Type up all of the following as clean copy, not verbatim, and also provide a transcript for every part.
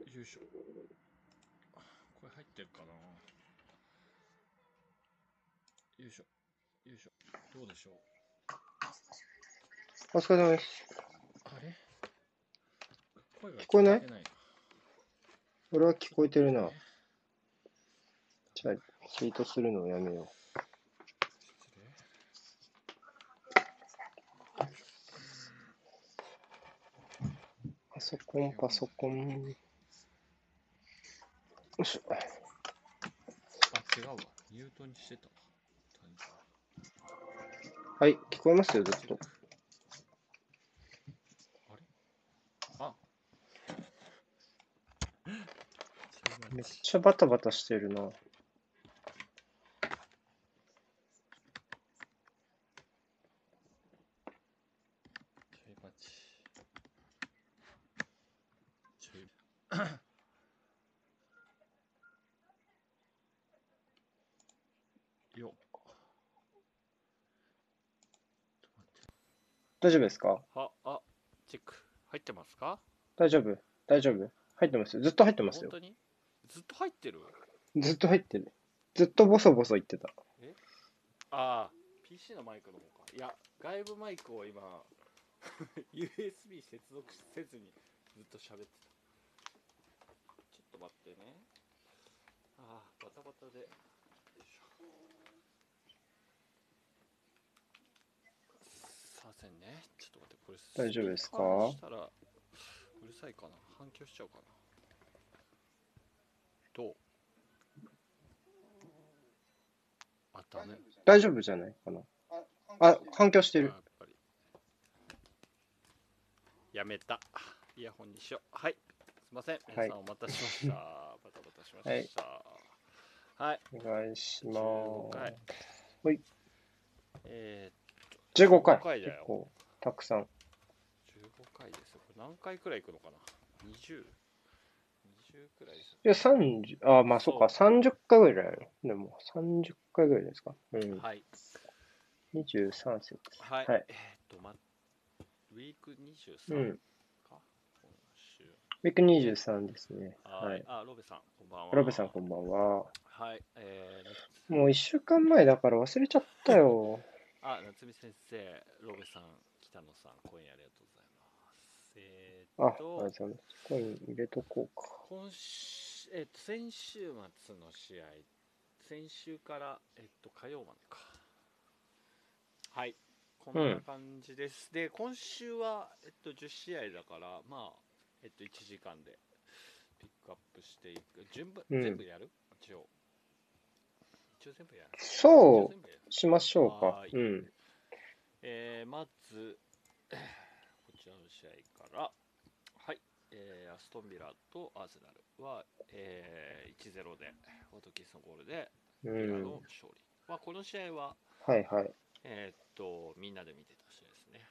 よいしょ。これ入ってるかな。よいしょ。よいしょ。どうでしょう。 お疲れ様です。 あれ声が聞こえない？ てないな。 俺は聞こえてるな。じゃあ、ツイートするのをやめよ失礼。 う。パソコン。よいしょ。 あ、違うわ。ミュートにしてたわ。単純はい、聞こえますよ、ずっと。 あれあ、 めっちゃバタバタしてるな。 ちょいバチ。ちょい。よっ。 大丈夫ですか？ あ、チェック。入ってますか？ 大丈夫入ってますよ。ずっと入ってますよ。 本当にずっと入ってる？ ずっと入ってる。ずっとボソボソ言ってた。 PC のマイクの方か。いや、外部マイクを今、USB 接続せずにずっと喋ってた。ちょっと待ってね。バタバタで。よいしょ。すいませんね。ちょっと待って、これ大丈夫ですか？ スピーカーにしたらうるさいかな。反響しちゃうかな。どう？ダメ。 大丈夫じゃないかな。反響してる。 やっぱり。やめた。イヤホンにしよう。はい。すいません。皆さんお待たせしました。バタバタしました。はい。 お願いします。 15回。 はい。 15 15回。 だよ。 結構、たくさん。 15回ですよ。これ何回くらい行くのかな？ 20？ 20くらいですよ。 いや、30、まあそうか、30回ぐらいやろ。でも、30回ぐらいですか。うん。 はい。 23節。 はい。 はい。 ウィーク 23？ うん。 か今週。 ウィーク23ですね。はい。 ロベさん、こんばんは。 ロベさん、こんばんは。 はい。 もう1週間前だから忘れちゃったよ。 夏美先生、ロベさん、北野さん、今夜ありがとうございます。 ありがとうございます。コイン入れとこうか。 先週末の試合、先週から、火曜までか。はい。こんな感じです。で、今週は、10試合だから、まあ、1時間でピックアップしていく。全部やる？一応全部やる。 そうしましょうか。うん。 まず、こちらの試合から、はい。アストンビラとアーセナルは、1-0で、ホトキンスのゴールで、ビラの勝利。まあ、この試合は、 はいはい。 みんなで見てた試合ですね。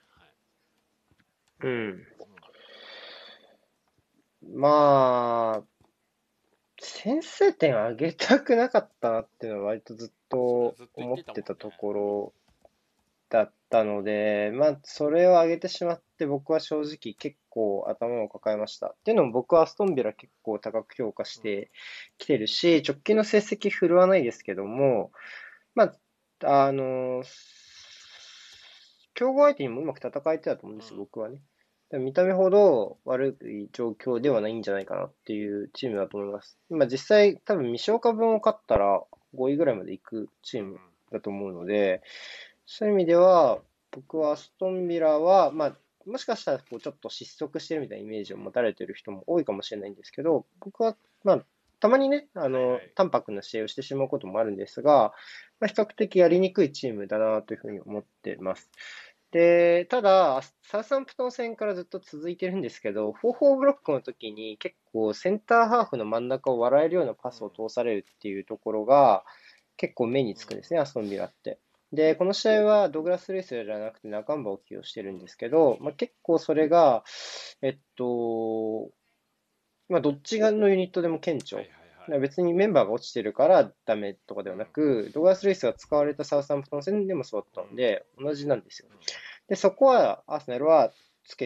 はい。まあ、先制点あげたくなかったなっていうのは割とずっと思ってたところだったので、まあ、それを上げてしまって僕は正直結構頭を抱えました。っていうのも僕はアストンビラ結構高く評価してきてるし、直近の成績振るわないですけども、まあ、強豪相手にもうまく戦えてたと思うんですよ、僕はね。見た目ほど悪い状況ではないんじゃないかなっていうチームだと思います。今実際多分未消化分を勝ったら5位ぐらいまで行くチームだと思うので、そういう意味では僕はアストンビラは、まあ、もしかしたらこうちょっと失速してるみたいなイメージを持たれている人も多いかもしれないんですけど、僕はまあたまにね、淡白な試合をしてしまうこともあるんですが、まあ、比較的やりにくいチームだなというふうに思っています。で、ただ、サウサンプトン戦からずっと続いてるんですけど、4-4ブロックの時に結構センターハーフの真ん中を笑えるようなパスを通されるっていうところが結構目につくんですね、アストンビラって。で、この試合はドグラス・ルイスじゃなくて中ンバを起用してるんですけど、まあ、結構それが、まあ、どっち側のユニットでも顕著。別にメンバーが落ちてるからダメとかではなく、ドグラス・ルイスが使われたサウサンプトン戦でもそうだったので、同じなんですよ。で、そこはアーセナルはつけてた。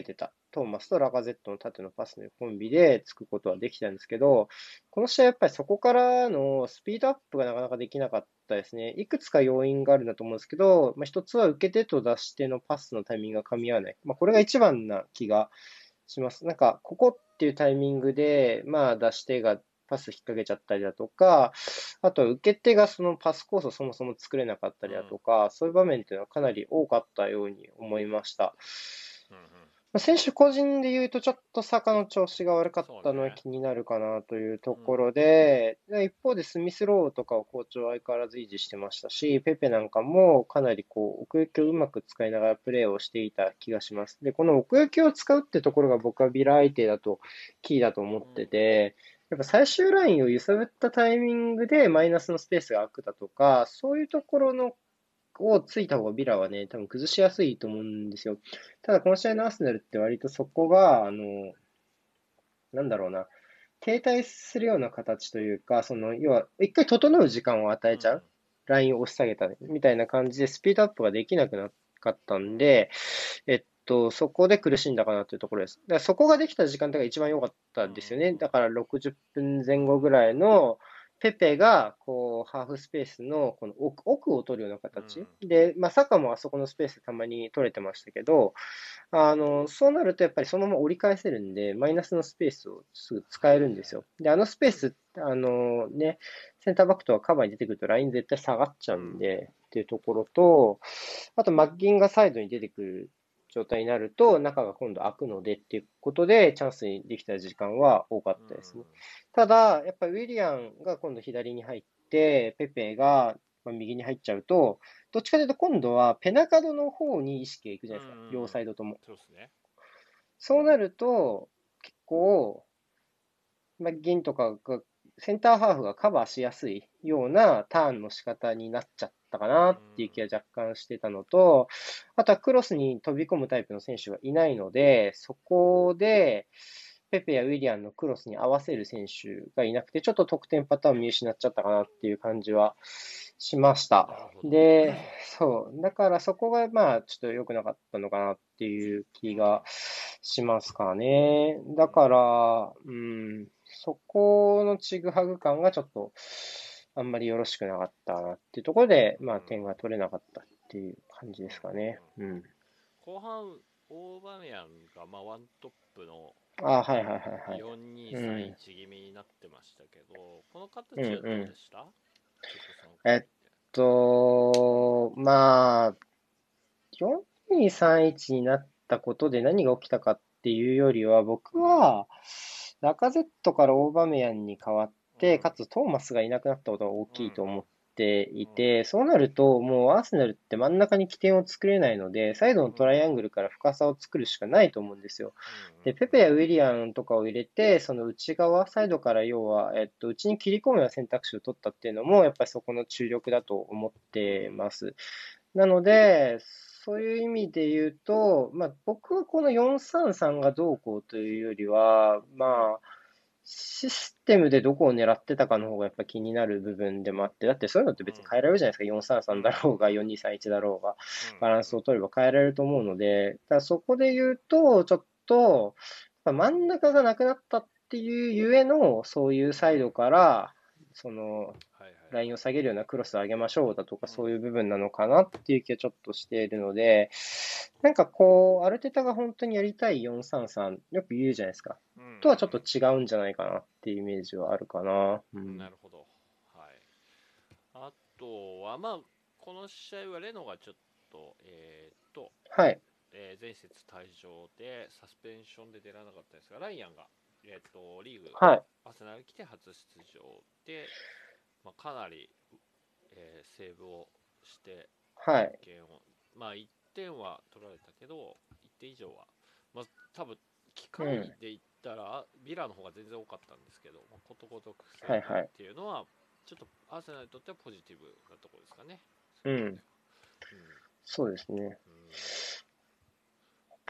トーマスとラカゼットの縦のパスのコンビでつくことはできたんですけど、この試合やっぱりそこからのスピードアップがなかなかできなかったですね。いくつか要因があるんだと思うんですけど、一つは受け手と出し手のパスのタイミングが噛み合わない。これが一番な気がします。なんか、ここっていうタイミングで、出し手がパス引っ掛けちゃったりだとか、あと、受け手がそのパスコースをそもそも作れなかったりだとか、そういう場面っていうのはかなり多かったように思いました。 うんうん。 選手個人で言うと、ちょっとサカの調子が悪かったのはそうね。 気になるかなというところうん。 で、一方でスミスローとかを好調相変わらず維持してましたし、ペペなんかもかなり奥行きをうまく使いながらプレーをしていた気がします。で、この奥行きを使うってところが僕はビラ相手だとキーだと思ってて、やっぱ最終ラインを揺さぶったタイミングでマイナスのスペースが空くだとか、そういうところのをついた方がビラはね、多分崩しやすいと思うんですよ。ただ、この試合のアーセナルって割とそこが、なんだろうな、停滞するような形というか、要は、一回整う時間を与うん。 えちゃう。ラインを押し下げたみたいな感じで、スピードアップができなくなかったうん。 んで、そこで苦しんだかなというところです。だからそこができた時間帯が一番良かったうん。 んですよね。だから60分前後ぐらいのペペが、ハーフスペースのこの奥を取るようなうん。 形。で、サカもあそこのスペースたまに取れてましたけど、そうなるとやっぱりそのまま折り返せるんで、マイナスのスペースをすぐ使はいはいはい。 えるんですよ。で、あのスペース、センターバックとかカバーに出てくるとライン絶対下がっちゃうん。 うんで、っていうところと、あとマッギンがサイドに出てくる状態になると、中が今度開くのでっていうことで、チャンスにできた時間は多かうん。 ったですね。ただ、やっぱりウィリアンが今度左に入って、ペペが右に入っちゃうと、どっちかというと今度はペナカドの方に意識がいくじうん。 ゃないですか。両サイドとも。 そうですね。 そうなると、結構、銀とかが、センターハーフがカバーしやすいようなターンの仕方になっちゃったかなっていう気が若干してたのと、あとはクロスに飛び込むタイプの選手がいないので、そこで、ペペやウィリアンのクロスに合わせる選手がいなくて、ちょっと得点パターン見失っちゃったかなっていう感じはしました。 なるほど。 で、そう。だからそこがちょっと良くなかったのかなっていう気がしますかね。だから、そこのちぐはぐ感がちょっとあんまりよろしくなかったなっていうところで、点が取れなかったっていう感じですかね。うん。 後半、オーバメヤンがワントップのあ、はいはいはいはい。うん。 4-2-3-1気味になってましたけど、このうん形はどううでした？チェコさんん。 から見て。 4-2-3-1になったことで何が起きたかっていうよりは、僕は、ラカゼットからオーバメヤンに変わっうん。 て、かつトーマスがいなくなったことが大うん。うん。 きいと思っていて、そうなると、もうアーセナルって真ん中に起点を作れないので、サイドのうん。うん。 トライアングルから深さを作るしかないと思うんですよ。 うん。 で、ペペやウィリアンとかを入れて、その内側、サイドから要は、内に切り込むような選択肢を取ったっていうのも、やっぱりそこの注力だと思ってます。なので、そういう意味で言うと、僕はこの433がどうこうというよりは、 うん。 システムでどこを狙ってたかの方がやっぱ気になる部分でもあって、だってそういうのって別に変えられるじゃないですか。 うん。う 433だろうん。 が、4231だろうが、 うん。 バランスを取れば変えられると思うので、ただそこで言うと、ちょっと、真ん中がなくなったっていうゆえの、そういうサイドから、 はいはいラインをはい。 下げるようなクロスを上げましょうだとか、 うん。 そういう部分なのかなっていう気はちょっとしているので、アルテタが本当にやりたい433、よく言うじゃないですか。 うん。うん。 とはちょっと違うんじゃないかなっていうイメージはあるかな。ううん。 ん。 なるほど。はい。あとは、この試合はレノがちょっと、 はい。 前節退場でサスペンションで出られなかったんですが、ライアンが、リーグ、 はい。 アーセナル来て初出場で、かなり、セーブをして得はい。 点を、1点は取られたけど、1点以上は、多分機うん。 械で言ったら、ビラの方が全然多かったんですけど、ことごとく防いだっはいはい。 ていうのは、ちょっとアーセナルにとってはポジティブなところですかね、そういう意味でうん。 は。うん。 そうですね。 うん。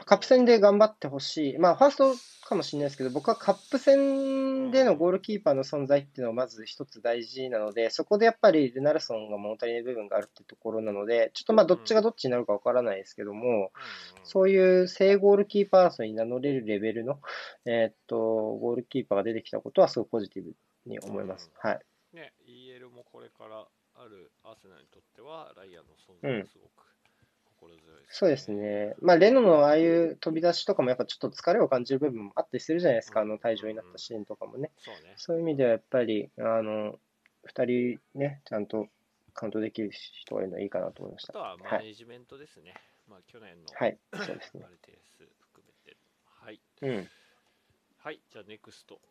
カップ戦で頑張ってほしい。まあ、ファーストかもしれないですけど、僕はカップ戦でのゴールキーパーの存在っていうのはまず一つ大事なので、そこでやっぱりルナルソンが物足りない部分があるってところなので、ちょっとまあ、どっちがどっちになるかわからないですけども、そういう正ゴールキーパーソンに名乗れるレベルの、ゴールキーパーが出てきたことはすごくポジティブに思います。はい。 ね、EL もこれからあるアーセナルにとってはライアンの存うん。 在がすごく心強いですそうですね。 ね。まあ、レノのああいう飛び出しとかもやっぱちょっと疲れを感じる部分もあったりするじゃないですか。退場になったシーンとかもね。 そうね。 そういう意味ではやっぱり、二人ね、ちゃんとカウントできる人がいるのはいいかなと思いました。 あとはマはい。 ネジメントですね。まあ去年のはい。そうですね。 マルティエス含めて。はい。 うん。 はい、じゃあネクスト。よ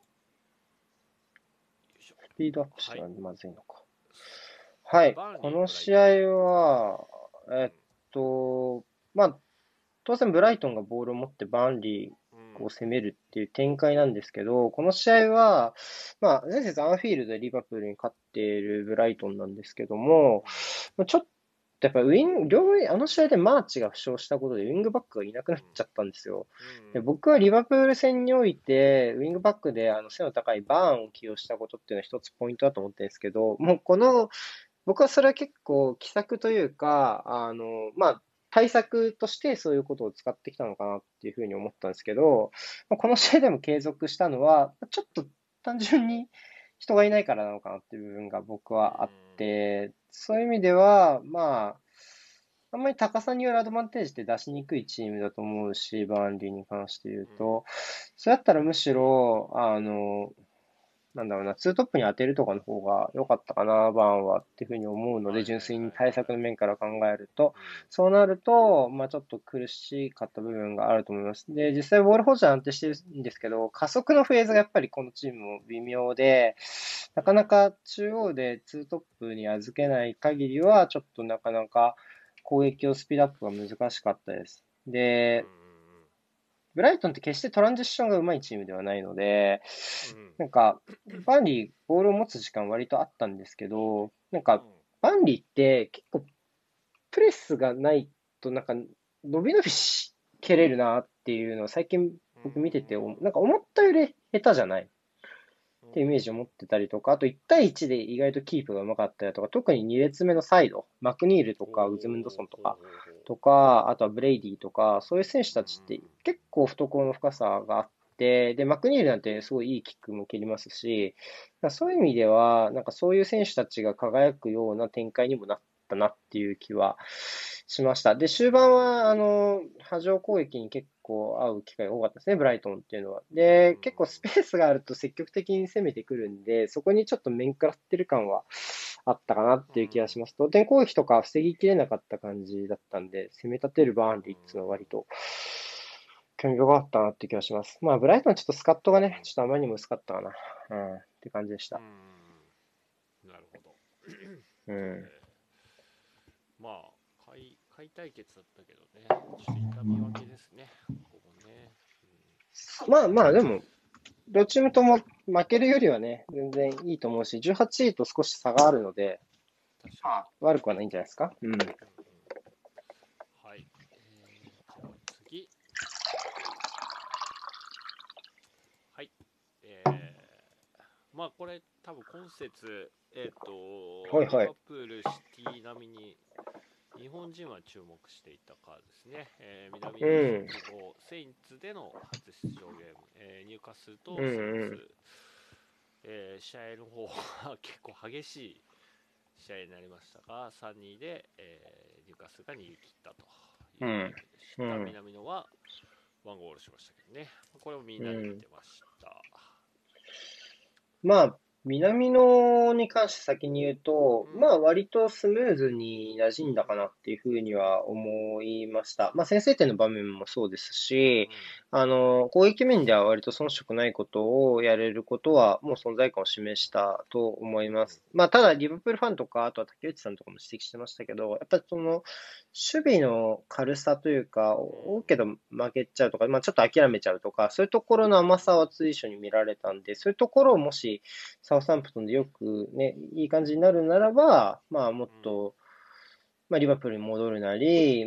いしょ。 スピードアップしはい。 たらまずいのか。はい。 バーンリー、 このブライトン。 試合は、えっと、まあ、当然ブライトンがボールを持ってバーンリーうん。 を攻めるっていう展開なんですけど、この試合は、まあ、前節アンフィールドでリバプールに勝っているブライトンなんですけども、ちょっとやっぱあの試合でマーチが負傷したことでウィングバックがいなくなっちゃったんですよ。 うん。うで、 ん。 僕はリバプール戦において、ウィングバックで背の高いバーンを起用したことっていうのは一つポイントだと思ってるんですけど、もう僕はそれは結構奇策というか、まあ、対策としてそういうことを使ってきたのかなっていうふうに思ったんですけど、この試合でも継続したのは、ちょっと単純に人がいないからなのかなっていう部分が僕うん。 はあって、そういう意味では、まあ、あんまり高さによるアドバンテージって出しにくいチームだと思うし、バーンリーに関して言ううん。 と、そうやったらむしろ、なんだろうな、ツートップに当てるとかの方が良かったかな、バーンはっていうふうに思うので、 はいはいはい純粋に対策のは面から考えると、 い。うん。 そうなると、まあちょっと苦しかった部分があると思います。で、実際ボール保持は安定してるんですけど、加速のフェーズがやっぱりこのチームも微妙で、なかなか中央でツートップに預けない限りは、ちょっとなかなか攻撃をスピードアップが難しかったです。 うん。 で、ブライトンって決してトランジッションが上手いチームではないので、 うん。うん。 なんか、バンリー、ボールを持つ時間割とあったんですけど、なんか、バンリーって結構プレスがないと、なんか、伸び伸び蹴れるなっていうのを最近うん。 僕見てて、なんか思ったより下手じゃないってイメージを持ってたりとか、あと1対1で意外とキープが上手かったりとか、特に2列目のサイド、マクニールとほかウズムンドソンとうほうか、 ほうほあとはブレイディとか、そういう選手たちって結構懐の深さがあって、で、マクニールなんてすごいいいキックも蹴りますし、そういう意味では、なんかそういう選手たちが輝くような展開にもなったなっていう気はしました。で、終盤は、波状攻撃に結構合う機会が多かったですね、ブライトンっていうのは。 う。うん。 で、結構スペースがあると積極的に攻めてくるんで、そこにちょっと面食らってる感はあったかなっていう気がします。同点攻撃とか防ぎきれなかった感じだったんで、攻め立てるバーンリーっていうのは割と興味深かったなっていう気がします。まあ、ブライトンはちょっとスカットがね、ちょっとあまりにも薄かったかな。って感じでしうた。 ん。なるほど。 うん。 まあ、下位対決だったけどね、ちょっと痛み分けですね、ここもね。 まあまあ、でも、両チームとも負けるよりはね、全然いいと思うし、18位と少し差があるので、 確かに。 まあ、悪くはないんじゃないですか。うん。 うんうん、はい。じゃあ次。はい。まあこれ多分今節、リはいはい。 バプール、シティ並みに日本人は注目していたカードですね。南うにん。 復合、セインツでの初出場ゲーム、ニューカッスルとうんセインツ、 うん。 試合の方は結構激しい試合になりましたが、3-2で、ニューカッスルが逃げ切ったというゲーうん。 ムでした。 うん。 南野は1ゴールしましたけどね。これをみんなで見うん。 てました。 まあ、南野に関して先に言うと、まうん。 あ割とスムーズに馴染んだかなっていうふうには思いました。まあ先制点の場面もそうですし、 うん。 攻撃面では割と遜色ないことをやれることはもう存在感を示したと思いうん。 ます。まあただリバプールファンとか、あとは竹内さんとかも指摘してましたけど、やっぱりその守備の軽さというか、 うん。 多いけど負けちゃうとか、まあちょっと諦めちゃうとか、そういうところの甘さは随所に見られたんで、そういうところをもしサウサンプトンでよくね、いい感じになるならば、まあもっうん。 と、まあリバプールに戻るなり、まあ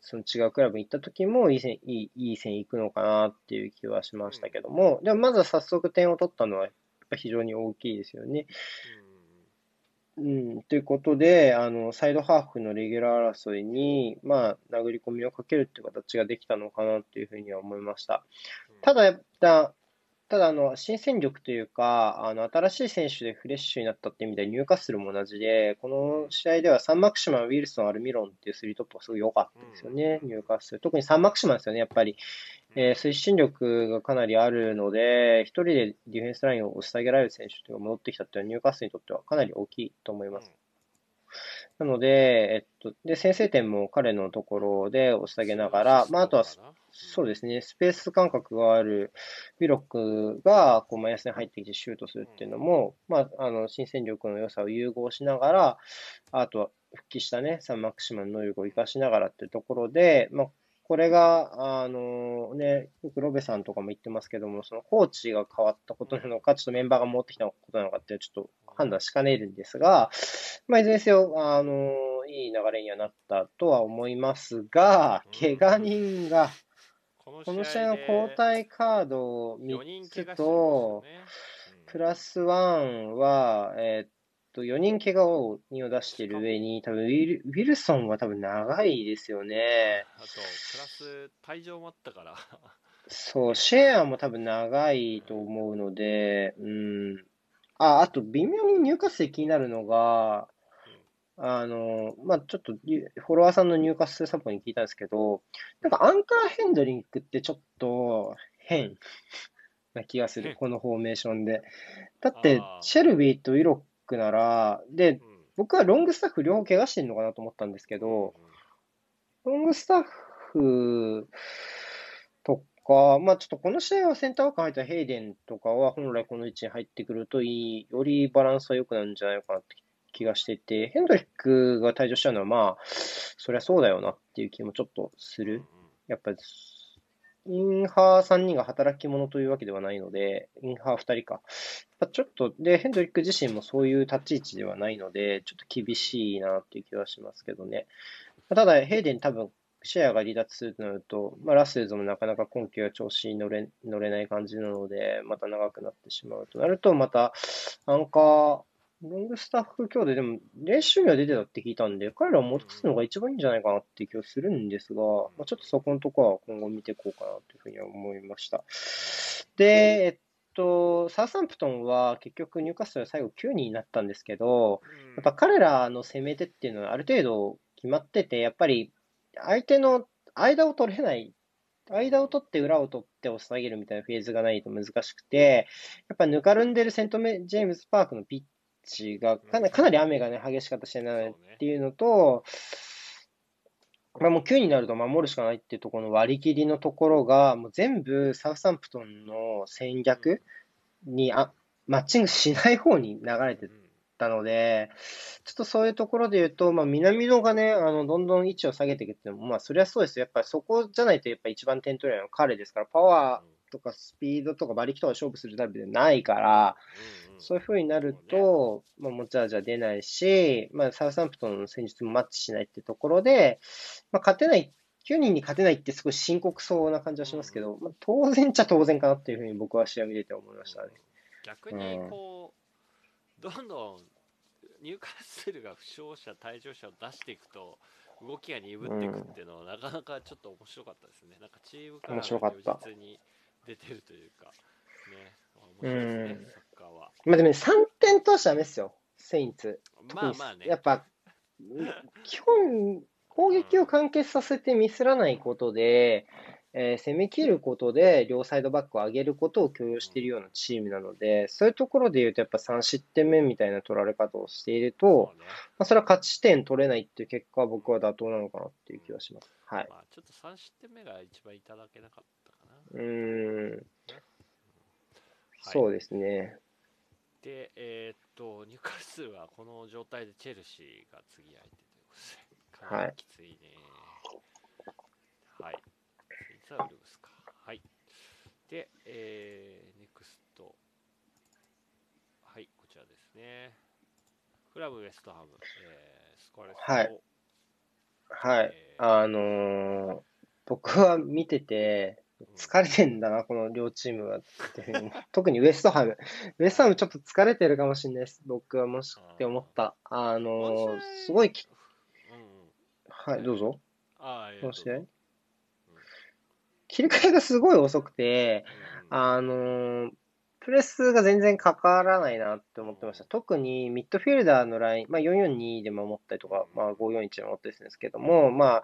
その違うクラブに行った時もいい線いくのかなっていう気はしましたけども、でもまずは早速点を取ったのはやっぱ非常に大きいですよね。うん、ということで、サイドハーフのレギュラー争いに、まあ、殴り込みをかけるっていう形ができたのかなっていうふうには思いました。ただ、新戦力というか、新しい選手でフレッシュになったっていう意味では、ニューカッスルも同じで、この試合ではサンマクシマン、ウィルソン、アルミロンっていうスリートップがすごい良かったですよね、ニューカッスル。特にサンマクシマンですよね、やっぱり。推進力がかなりあるので、一人でディフェンスラインを押し下げられる選手というのが戻ってきたっていうのは、ニューカッスルにとってはかなり大きいと思います。なので、先制点も彼のところで押し下げながら、まあ、あとは、そうですね、スペース感覚があるウィロックが、こう、マイナスに入ってきてシュートするっていうのも、まあ、新戦力の良さを融合しながら、あとは、復帰したね、サンマクシマンの能力を生かしながらっていうところで、まあ、これが、よくロベさんとかも言ってますけども、そのコーチが変わったことなのか、ちょっとメンバーが持ってきたことなのかって、ちょっと判断しかねるんですが、まあ、いずれにせよ、いい流れにはなったとは思いますが、怪我人が、この試合の交代カードを3つと、プラス1は、4人怪我人を出している上に、多分ウィルソンは多分長いですよね。 あと、プラス退場もあったから。 そう、シェアも多分長いと思うので、あと微妙に入荷数気になるのが、まあ、ちょっとフォロワーさんの入荷数サポに聞いたんですけど、なんかアンカーヘンドリンクってちょっと変な気がする、このフォーメーションで。だって、シェルビーとウィロックなら、で、僕はロングスタッフ両方怪我してるのかなと思ったんですけど、ロングスタッフとか、まあちょっとこの試合はセンターバック入ったヘイデンとかは本来この位置に入ってくるとよりバランスは良くなるんじゃないかなって気がしてて、ヘンドリックが退場しちゃうのはまあ、そりゃそうだよなっていう気もちょっとする。やっぱり、インハー3人が働き者というわけではないので、インハー2人か。ちょっと、で、ヘンドリック自身もそういう立ち位置ではないので、ちょっと厳しいなっていう気はしますけどね。ただ、ヘイデン多分、シェアが離脱するとなると、まあ、ラッセルズもなかなか今季は調子に乗れない感じなので、また長くなってしまうとなると、また、アンカー、ロングスタッフ今日ででも練習には出てたって聞いたんで、彼らを戻すのが一番いいんじゃないかなっていう気がするんですが、まあ、ちょっとそこのところは今後見ていこうかなというふうには思いました。で、サウサンプトンは結局ニューカッスルは最後9人になったんですけど、やっぱ彼らの攻め手っていうのはある程度決まってて、やっぱり相手の間を取れない、間を取って裏を取って押し下げるみたいなフェーズがないと難しくて、やっぱぬかるんでるセントジェームズパークのピッチがかなり雨がね、激しかった試合なのっていうのと、まあ、もう9になると守るしかないっていうところの割り切りのところが、もう全部サウサンプトンの戦略にマッチングしない方に流れてたので、ちょっとそういうところで言うと、まあ、南野がね、どんどん位置を下げていくっていうのも、まあ、そりゃそうですよ。やっぱりそこじゃないと、やっぱ一番点取れるのは彼ですから、パワーとかスピードとか馬力とか勝負するタイプでないから、そういう風になると、まあ、持ち味は出ないし、まあ、サウサンプトンの戦術もマッチしないってところで、まあ、勝てない、9人に勝てないってすごい深刻そうな感じはしますけど、まあ、当然っちゃ当然かなっていうふうに僕は試合見てて思いましたね。 逆にこう、どんどんニューカッスルが負傷者、退場者を出していくと、動きが鈍っていくっていうのは、なかなかちょっと面白かったですね。なんかチームカラーが如実に出てるというか、ね、面白いですね、サッカーは。 まあでも、3点通しちゃダメですよ、セインツ。 まあまあね。 やっぱ、基本、攻撃を完結させてミスらないことで、攻め切ることで両サイドバックを上げることを許容しているようなチームなので、そういうところで言うとやっぱ3失点目みたいな取られ方をしていると、まあ、それは勝ち点取れないっていう結果は僕は妥当なのかなっていう気がします。はい。 まあちょっと3失点目が一番いただけなかったかな。 そうですね。 で、ニューカッスルはこの状態でチェルシーが次相手ということで、かなりきついね。はい。次はウルブスか。はい。で、ネクスト。はい、こちらですね。フラムウェストハム、スコアレスと、 はい。僕は見てて、 うん。 疲れてんだな、この両チームはっていうふうに特にウエストハム。ウエストハムちょっと疲れてるかもしれないです。僕はもしって思っあた。 この試合、 すごいうんうん。 はい、 はいはい。 どうぞ。 どうぞ。 この試合うん。 切り替えがすごい遅くて、 うんうんあの、プレスが全然かからないなってうん。 思ってました。特にミッドフィルダーのライン、まあ442で守ったりとうんうん。 か、まあ541で守ったりするんですけども、まあ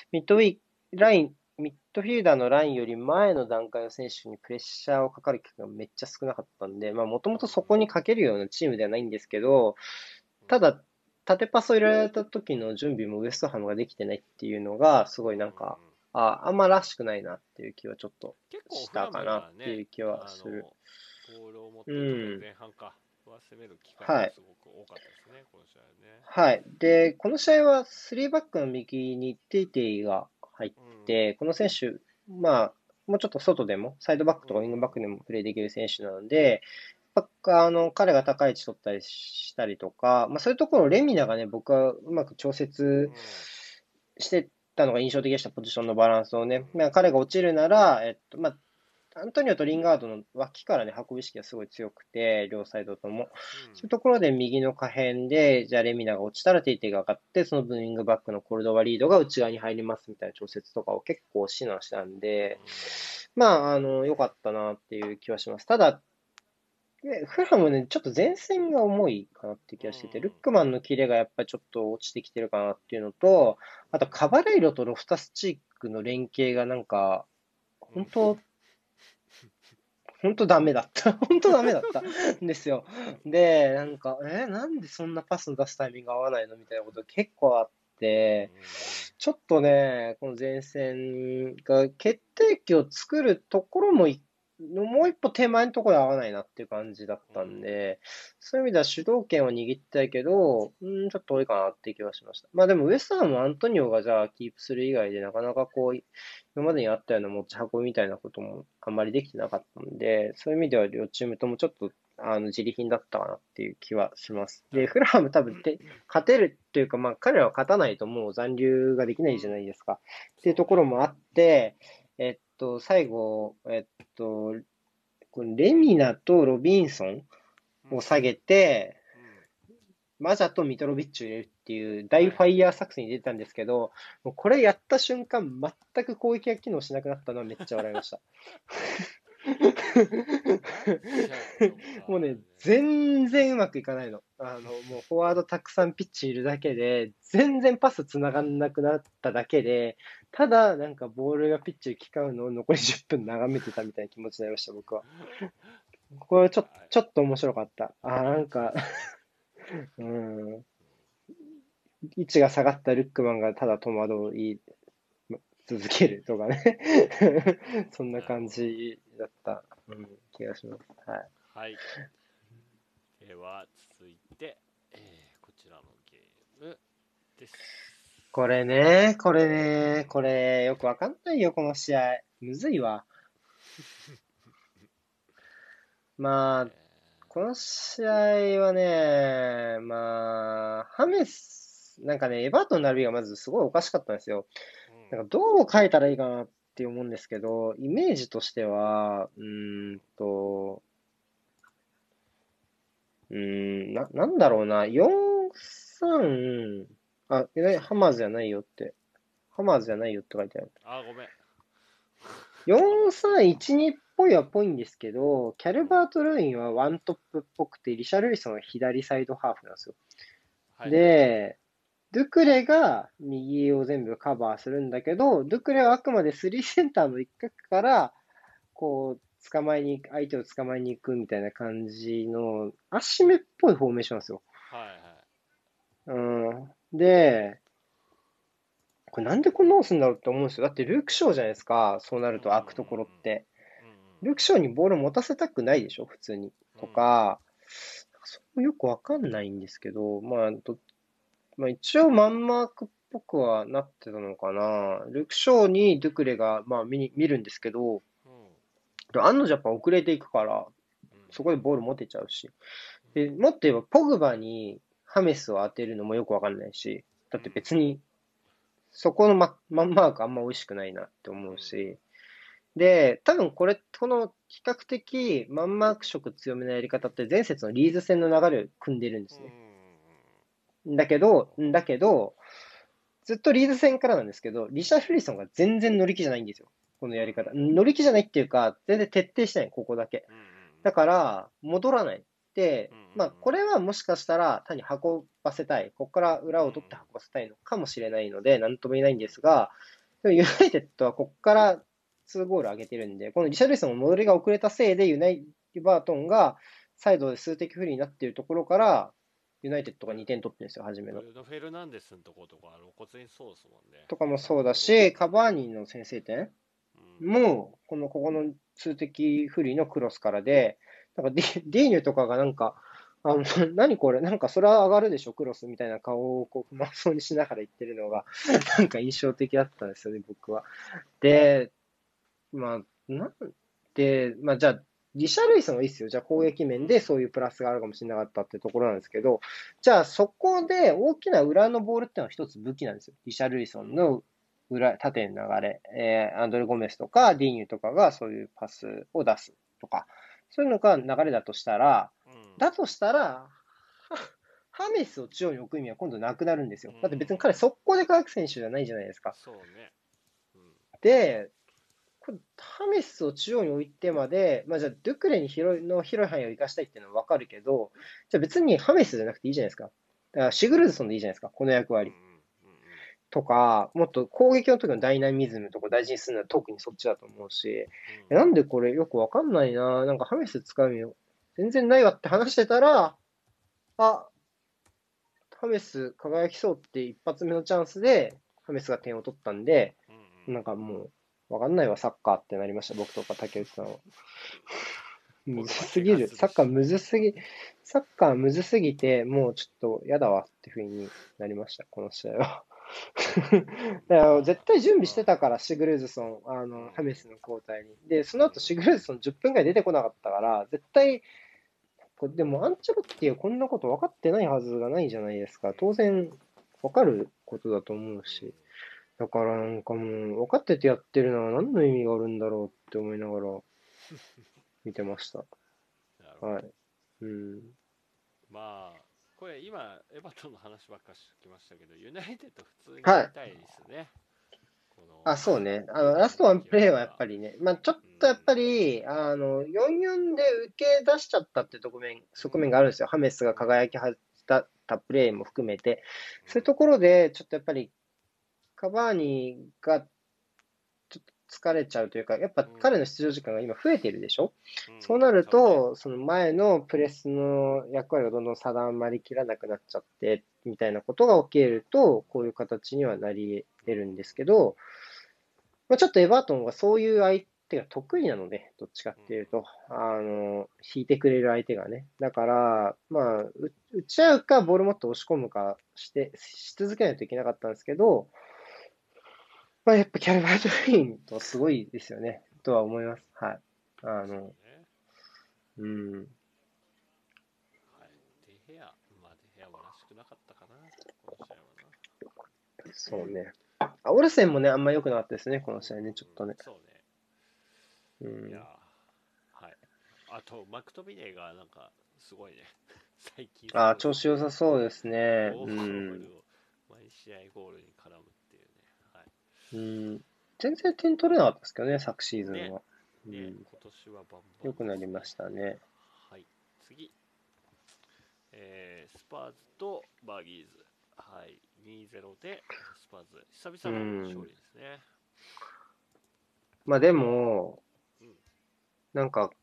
ミッドフィルダーのラインより前の段階の選手にプレッシャーをかかる機会がめっちゃ少なかったんで、まあもともとそこにかけるようなチームではないんですけど、ただ、縦パスを入れられた時の準備もウエストハムができてないっていうのが、すごいなんか、 うんうん。 あんまらしくないなっていう気はちょっと結構フラムしたかなっがね、 ていう気はする。 ボールを持っうてる特にん。 前半かは攻める機会はい。 がすごく多かったですね、この試合ね。 はい。で、この試合は3バックの右にテイテイが入っうん。 て、この選手、まあ、もうちょっと外でも、サイドバックうんうん。 とかウィングバックでもプレーできる選手なので、彼が高い位置取ったりしたりとか、まあそういうところをレミナがね、僕はうまく調節うん。 してたのが印象的でした、ポジションのバランスをね。 うんまあ、彼が落ちるなら、まあ、アントニオとリンガードの脇からね、運ぶ意識がすごい強くて、両サイドとも。 うん。 そういうところで右の可変で、じゃあレミナが落ちたらテイテイが上がって、その分ウィングバックのコルドバリードが内側に入りますみたいな調節とかを結構指南したんで、まあ、良かったなっていう気はします。ただ、フラムね、ちょっと前線が重いかなっていううん。 気がしてて、ルックマンのキレがやっぱりちょっと落ちてきてるかなっていうのと、あとカバレイロとロフタスチークの連携がなんか、 うん。 本当、本当ダメだった。本当ダメだったんですよ。で、なんか、なんでそんなパスの出すタイミング合わないのみたいなこと結構あっうんうんて、ちょっとね、この前線が決定機を作るところももう一歩手前のところで合わないなっていう感じだっうん。 たんで、そういう意味では主導権を握りたいけど、ちょっと多いかなっていう気はしました。まあでもウエストハムはアントニオがじゃあキープする以外でなかなかこう、今までにあったような持ち運びみたいなこともあんまりできてなかったんで、そういう意味では両チームともちょっと自利品だったかなっていう気はします。で、 なるほフラハム多分勝てるっていうか、まあ彼らは勝たないともう残留ができなど。ういじゃないん。 ですか。っていうところそうね。 もあって、最後、このレミナとロビンソンうん。 を下げて、 うん。 マジャとミトロビッチを入れるっていう大はいはい。 ファイヤー作戦に出てたんですけど、もうこれやった瞬間、全く攻撃が機能しなくなったのはめっちゃ笑いました。 マッチャともうね、 かね。 全然うまくいかないの。もうフォワードたくさんピッチにいるだけで、全然パス繋がんなくなっただけで、ただ、なんかボールがピッチに行き交うのを残り10分眺めてたみたいな気持ちになりました、僕は。これはちょっと面白かった。なんか、 そうね。 うん、位置が下がったルックマンがただ戸惑い続けるとかね。そんな感なるほど。 じだった、気がします。はい。 はい。では、続いて、こちらのゲームです。 これ、よくわかんないよ、この試合。むずいわ。まあ、この試合はね、まあ、なんかね、エバートンの並びがまずすごいおかしかったんですよ。 うん。 なんかどう変えたらいいかなって思うんですけど、イメージとしては、なんだろうな、4-3、ハマーズじゃないよって。ハマーズじゃないよって書いてある。 ごめん。ハマーズ。 4-3-1-2っぽいはぽいんですけど、キャルうん。 バート・ルーインはワントップっぽくて、リシャルリソンは左サイドハーフなんですよ。 はいはいはい。 で、ドゥクレが右を全部カバーするんだけど、ドゥクレはあくまでスリーセンターの一角から、こう、相手を捕まえに行くみたいな感じの、足目っぽいフォーメーションなんですよ。 はいはい。 うん。で、これなんでこんなのするんだろうって思うんですよ。だってルーク・ショーじゃないですか。そうなうんうんうんると開くところって。 うん。うんルーク・ショーにボール持たせたくないでしょ、普通に。 うん。 とうん。 か、そこよくわかんないんですけど、まあ、一応マンマークっぽくはなってたのかな。ルーク・ショーにドゥクレが、まあ見るんですけど、 うん。 案のジャパン遅れていくから、 うん。 そこでボール持てちゃうし。で、もっと言えば、ポグバにハメスを当てるのもよくわかんないし、だって別にそこのマンマークあんま美味しくないなって思うし、で、多分この比較的マンマーク色強めのやり方って前節のリーズ戦の流れを組んでるんですね。だけど、ずっとリーズ戦からなんですけど、リシャルリソンが全然乗り気じゃないんですよ。このやり方。乗り気じゃないっていうか、全然徹底してない、ここだけ。だから、戻らない。で、まあ、これはもしかしたら単に運ばせたい。ここから裏を取って運ばせたいのかもしれないので、なんとも言えないんですが、でもユナイテッドはここから2ゴール上げてるんで、このリシャルリソンの戻りが遅れたせいで、バートンがサイドで数的不利になっているところから、ユナイテッドが2点取ってるんですよ、初めの。 ブルーノ・フェルナンデスのとことか露骨にそうですもんね。 とかもそうだし、カバーニの先制点も、ここの数的不利のクロスからで、なんかディーニュとかがなんか、何これなんかそれは上がるでしょ、クロスみたいな顔をこう不満そうにしながら言ってるのが、なんか印象的だったんですよね、僕は。で、まあ、じゃあ、リシャルイソンはいいっすよ。じゃあ攻撃面でそういうプラスがあるかもしれなかったってところなんですけど、じゃあそこで大きな裏のボールっていうのは一つ武器なんですよ。リシャルイソンの縦の流れ、アンドレ・ゴメスとかディーニュとかがそういうパスを出すとか、そういうのが流れだとしたら、ハメスを中央に置く意味は今度なくなるんですよ。だって別に彼速攻で輝く選手じゃないじゃないですか。 そうね。 で、これハメスを中央に置いてまで、じゃあ、ドゥクレに広い範囲を生かしたいっていうのはわかるけど、じゃあ別にハメスじゃなくていいじゃないですか。だからシグルズソンでいいじゃないですか、この役割。とか、もっと攻撃の時のダイナミズムとか大事にするのは特にそっちだと思うし、なんでこれよくわかんないな、なんかハメス使う意味全然ないわって話してたら、あ、ハメス輝きそうって一発目のチャンスで、ハメスが点を取ったんで、なんかもう、わかんないわ、サッカーってなりました、僕とか竹内さんは。むずすぎる。サッカーむずすぎて、もうちょっと嫌だわってふうになりました、この試合は。だから絶対準備してたから、シグルーズソン、ハメスの交代に。で、その後シグルーズソン10分くらい出てこなかったから、絶対、でもアンチェロッティはこんなこと分かってないはずがないじゃないですか。当然、分かることだと思うし。だからなんかもう、分かっててやってるのは何の意味があるんだろうって思いながら見てました。はい。うん。 まあ、これ今、エバトンの話ばっかりしてきましたけど、ユナイテッド普通にはい。 見たいですね。 そうね。ラストワンプレーはやっぱりね、ちょっとやっぱり、4-4で受け出しちゃったって側面があるんですよ。ハメスが輝き始めたプレーも含めて。そういうところで、ちょっとやっぱり、カバーニがちょっと疲れちゃうというか、やっぱ彼の出場時間が今増えてるでしょ。そうなると、その前のプレスの役割がどんどん定まりきらなくなっちゃって、みたいなことが起きると、こういう形にはなり得るんですけど、ちょっとエバートンはそういう相手が得意なので、どっちかっていうと、引いてくれる相手がね。だから、打ち合うか、ボールもっと押し込むかし続けないといけなかったんですけど、やっぱキャルバート・レインとすごいですよね、とは思います。はい。うん。 はい。デヘアもらしくなかったかな、この試合はな。 そうね。オルセンもね、あんま良くなかったですね、この試合ね、ちょっとね。 そうね。いや、はい。あと、マクトビネーがなんか、すごいね。最近調子良さそうですね。 ゴールを、毎試合ゴールに絡むっていうね。はい。 全然点取れなかったですけどね、昨シーズンは。 今年はバンバン、 良くなりましたね。 はい。次。スパーズとバーギーズ。はい。2-0でスパーズ。久々の勝利ですね。 でも、なんか、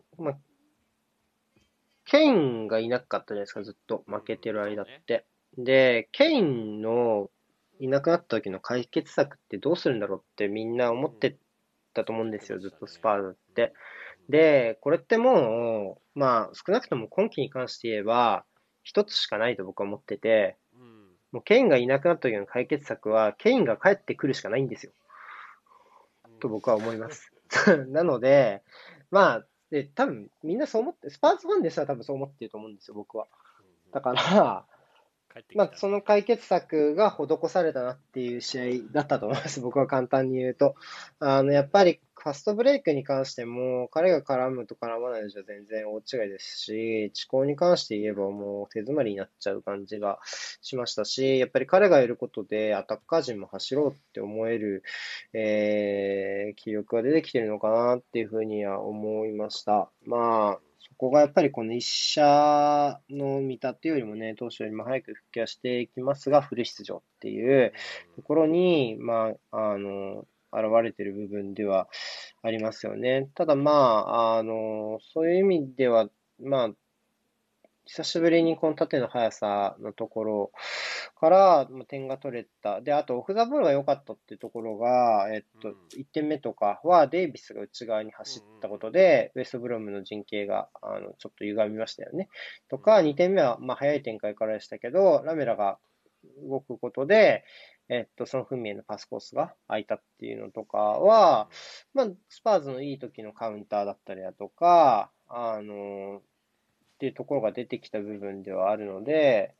ケインがいなかったじゃないですか、ずっと。負けてる間って。で、ケインのいなくなった時の解決策ってどうするんだろうってみんな思ってたと思うんですよ、ずっとスパーズって。で、これってもう、少なくとも今季に関して言えば、一つしかないと僕は思ってて、もうケインがいなくなった時の解決策は、ケインが帰ってくるしかないんですよ。と僕は思います。なので、多分みんなそう思って、スパーズファンですら多分そう思ってると思うんですよ、僕は。だから、 帰ってきたね。 その解決策が施されたなっていう試合だったと思います。僕は簡単に言うと。やっぱりファストブレイクに関しても、彼が絡むと絡まないのじゃ全然大違いですし、遅行に関して言えばもう手詰まりになっちゃう感じがしましたし、やっぱり彼がいることでアタッカー陣も走ろうって思える、気力が出てきてるのかなっていうふうには思いました。そこがやっぱりこの一社の見立てよりもね、当初よりも早く復帰はしていきますが、フル出場っていうところに、現れている部分ではありますよね。ただそういう意味では、まあ、久しぶりにこの縦の速さのところから点が取れた。で、あとオフザボールが良かったっていうところが、1点目とかはデイビスが内側に走ったことで、ウェストブロムの陣形がちょっと歪みましたよね。とか、2点目は早い展開からでしたけど、ラメラが動くことで、ソン・フンミンへのパスコースが空いたっていうのとかは、スパーズのいい時のカウンターだったりだとか、っていうところが出てきた部分ではあるので、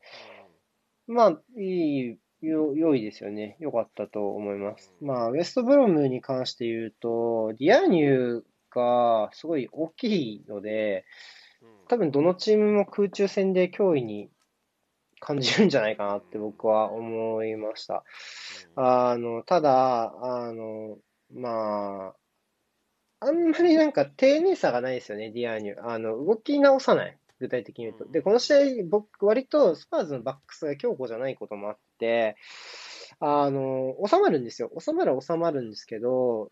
良いですよね。良かったと思います。ウェストブロムに関して言うと、ディアーニュがすごい大きいので、多分どのチームも空中戦で脅威に感じるんじゃないかなって僕は思いました。ただ、まあんまりなんか丁寧さがないですよね、ディアーニュ。動き直さない。具体的に言うと。で、この試合、僕、割とスパーズのバックスが強固じゃないこともあって、収まるんですよ。収まるんですけど、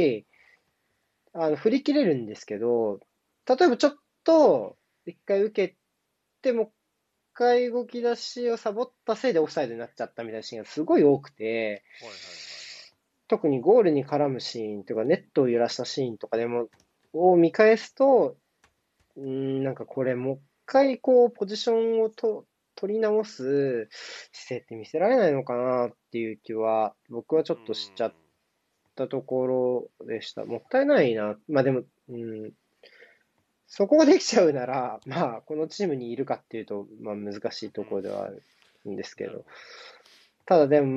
振り切れるんですけど、例えばちょっと、一回受けて、もう一回動き出しをサボったせいでオフサイドになっちゃったみたいなシーンがすごい多くて、特にゴールに絡むシーンとか、ネットを揺らしたシーンとかでも、を見返すと、なんかこれもう一回こう、ポジションを取り直す姿勢って見せられないのかなっていう気は、僕はちょっとしちゃったところでした。もったいないな。でも、そこができちゃうなら、このチームにいるかっていうと、難しいところではあるんですけど。ただでも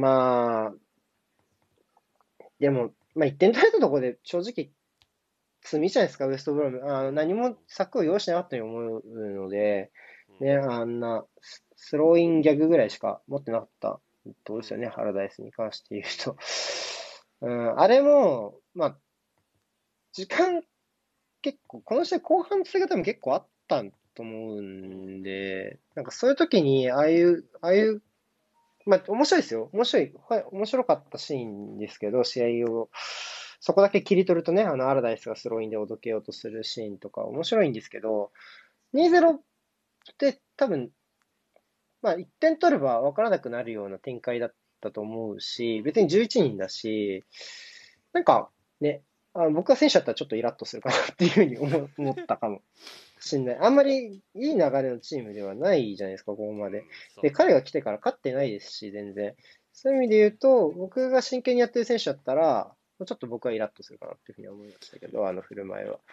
1点取れたところで正直、罪じゃないですか、ウエストブロム。何も策を用意しなかったように思うので、ね、あんなスローインギャグぐらいしか持ってなかったとですよね、ハラダイスに関して言うと。あれも、時間結構、この試合後半の姿も結構あったと思うんで、なんかそういう時に、ああいう、面白いですよ。面白かったシーンですけど、試合を、そこだけ切り取るとね、アラダイスがスローインでおどけようとするシーンとか面白いんですけど、2-0って多分、1点取れば分からなくなるような展開だったと思うし、別に11人だし、なんかね、僕が選手だったらちょっとイラッとするかなっていうふうに思ったかもしんない。あんまりいい流れのチームではないじゃないですか、ここまで。で、彼が来てから勝ってないですし、全然。そういう意味で言うと、僕が真剣にやってる選手だったら、ちょっと僕はイラッとするかなっていうふうに思いましたけど、あの振る舞いは。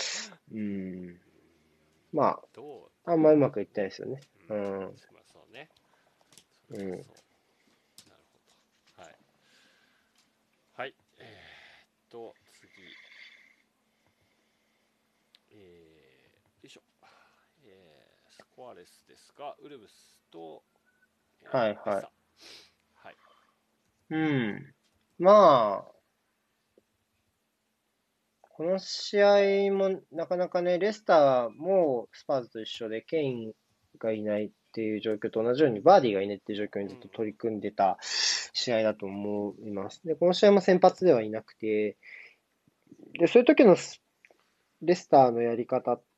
まあんまうまくいってないですよね。 そうね。 うん。 なるほど。はい。はい。次。よいしょ。スコアレスですが、ウルブスと、 はいはい。 はい。 この試合もなかなかね、レスターもスパーズと一緒でケインがいないっていう状況と同じようにバーディーがいないっていう状況にずっと取り組んでた試合だと思います。で、この試合も先発ではいなくて、で、そういう時のレスターのやり方って、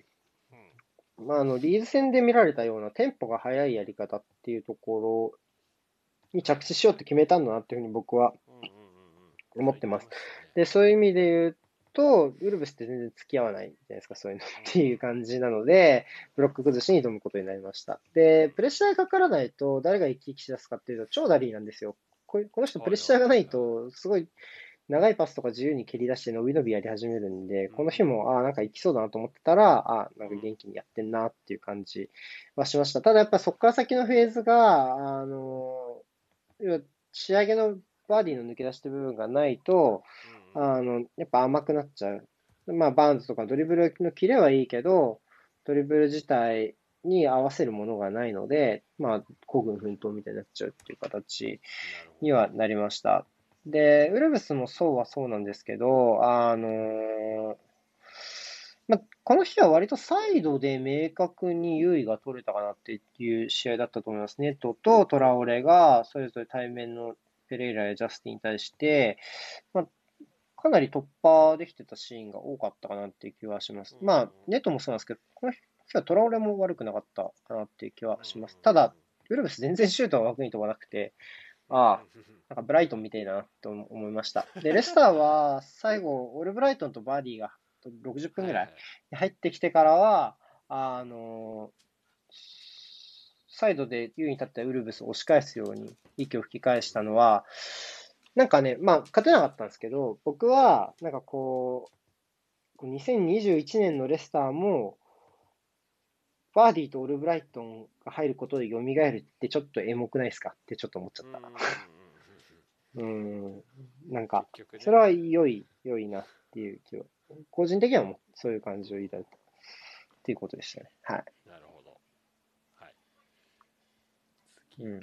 リーズ戦で見られたようなテンポが速いやり方っていうところに着地しようって決めたんだなっていうふうに僕は思ってます。で、そういう意味で言うと、ウルブスって全然付き合わないじゃないですか、そういうのっていう感じなので、ブロック崩しに挑むことになりました。で、プレッシャーがかからないと、誰が生き生きしだすかっていうと、超ダリーなんですよ。この人プレッシャーがないと、すごい長いパスとか自由に蹴り出して伸び伸びやり始めるんで、この日も、なんか行きそうだなと思ってたら、なんか元気にやってんなっていう感じはしました。ただやっぱそこから先のフェーズが、要は仕上げのバーディーの抜け出した部分がないと、やっぱ甘くなっちゃう。まあ、バーンズとかドリブルのキレはいいけど、ドリブル自体に合わせるものがないので、まあ、孤軍奮闘みたいになっちゃうっていう形なるほど。 にはなりました。で、ウルブスもそうはそうなんですけど、まあ、この日は割とサイドで明確に優位が取れたかなっていう試合だったと思います。ネトとトラオレがそれぞれ対面のペレイラやジャスティンに対して、まあ、かなり突破できてたシーンが多かったかなっていう気はします。まあ、ネトもそうなんですけど、この日はトラオレも悪くなかったかなっていう気はします。ただ、ウルブス全然シュートは枠に飛ばなくて、なんかブライトンみたいだなと思いました。で、レスターは最後、オールブライトンとバーディーが60分ぐらい入ってきてからは、あの、サイドで優位に立ったウルブスを押し返すように息を吹き返したのは、なんかね、まあ、勝てなかったんですけど、僕は、なんかこう、2021年のレスターも、バーディーとオールブライトンが入ることで蘇るってちょっとエモくないですかってちょっと思っちゃった。なんか、 結局ね。 それは良いなっていう気は、個人的にはもうそういう感じを抱いたっていうことでしたね。はい。 なるほど。はい。次が、 うん。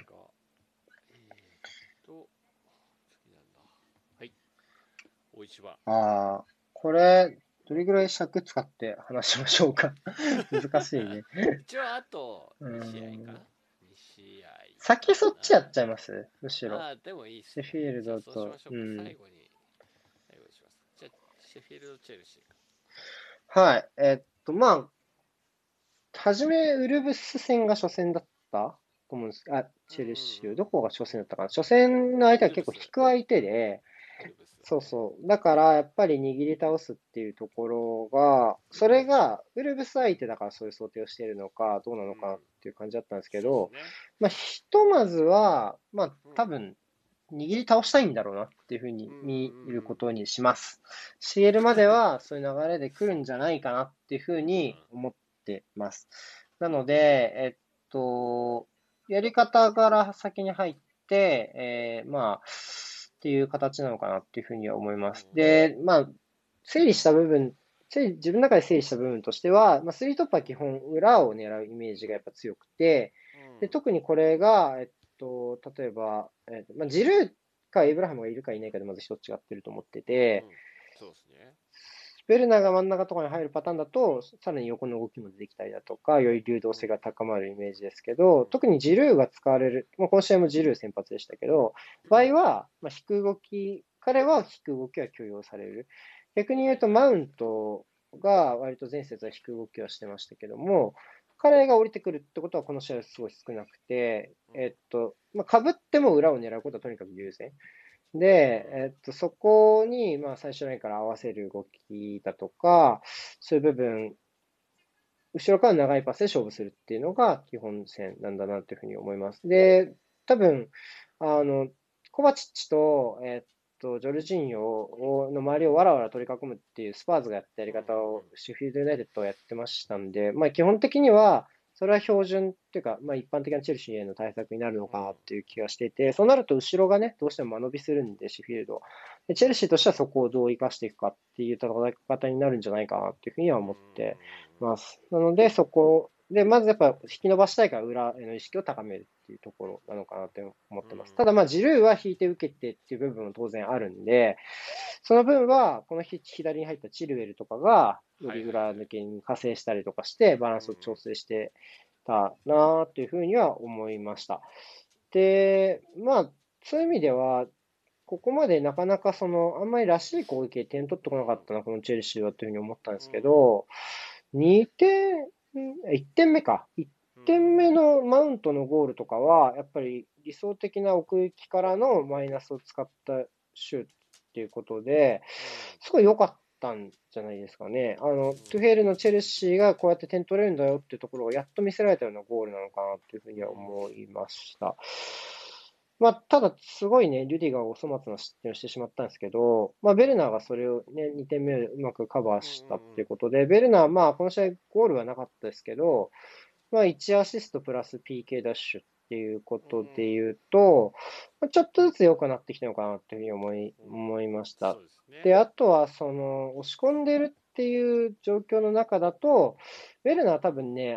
次なんだ。はい。大一番。 これ、どれぐらい尺使って話しましょうか。難しいね。 一応あとう 2試合かな。 ん。 2試合先そっちやっちゃいかますむしろ。 な。でもいいっすね。 シェフィールじゃあそうしまドと、 しょうか。 うん。 最後にします。じゃあ、シェフィールド・チェルシーか。 はい。まあ、はじめ、ウルブス戦が初戦だったと思うんです。チェルシー。どこが初戦だったかな。初戦の相手は結構引く相手で、 ウルブス。 そうそう。だから、やっぱり握り倒すっていうところが、それが、ウルブス相手だからそういう想定をしているのか、どうなのかっていう感じだったんですけど、 そうですね。 まあ、ひとまずは、まあ、多分、握り倒したいんだろうなっていうふうに見ることにします。CL まではそういう流れで来るんじゃないかなっていうふうに思ってます。なので、やり方から先に入って、まあ、っていう形なのかなっていうふうには思います。で、まあ、整理した部分、自分の中で整理した部分としては、まあ、スリートップは基本裏を狙うイメージがやっぱ強くて、で、特にこれが、例えば、まあ、ジルーかエイブラハムがいるかいないかでまず一つ違ってると思ってて、 そうですね。 スペルナーが真ん中とかに入るパターンだと、さらに横の動きも出てきたりだとか、より流動性が高まるイメージですけど、特にジルーが使われる、まあ、この試合もジルー先発でしたけど、場合は、まあ、引く動き、彼は引く動きは許容される。逆に言うと、マウントが割と前節は引く動きはしてましたけども、彼が降りてくるってことはこの試合はすごい少なくて、まあ、被っても裏を狙うことはとにかく優先。で、そこに、まあ、最初ラインから合わせる動きだとか、そういう部分、後ろから長いパスで勝負するっていうのが基本線なんだなというふうに思います。で、多分、コバチッチと、ジョルジーニョの周りをわらわら取り囲むっていうスパーズがやったやり方をシェフィールドユナイテッドはやってましたんで、まあ基本的には、それは標準っていうか、まあ一般的なチェルシーへの対策になるのかなっていう気がしていて、そうなると後ろがね、どうしても間延びするんで、シェフィールド。で、チェルシーとしてはそこをどう生かしていくかっていう戦い方になるんじゃないかなっていうふうには思ってます。なので、そこで、まずやっぱ引き伸ばしたいから裏への意識を高めるっていうところなのかなと思ってます。ただまあ、ジルーは引いて受けてっていう部分も当然あるんで、その分は、この左に入ったチルウェルとかが、より裏抜けに派生したりとかして、バランスを調整してたなというふうには思いました。で、まあ、そういう意味では、ここまでなかなかあんまりらしい攻撃で点取ってこなかったな、このチェルシーはというふうに思ったんですけど、2点、1点目か。1点目のマウントのゴールとかは、やっぱり理想的な奥行きからのマイナスを使ったシュートっていうことで、すごい良かったんじゃないですかね。トゥヘルのチェルシーがこうやって点取れるんだよっていうところをやっと見せられたようなゴールなのかなというふうには思いました。 まあ、ただ、すごいね、リュディガーがお粗末な失点をしてしまったんですけど、まあ、ベルナーがそれをね、2点目をうまくカバーうんしたっうんうん。 ていうことで、ベルナー、まあ、この試合ゴールはなかったですけど、まあ、1アシストプラス PK ダッシュっていうこうんとで言うと、まあちょっとずつ良くなってきたのかなというふうにうん。 思いました。 そうですね。 で、あとは、押し込んでるっていう状況の中だと、ベルナー多分ね、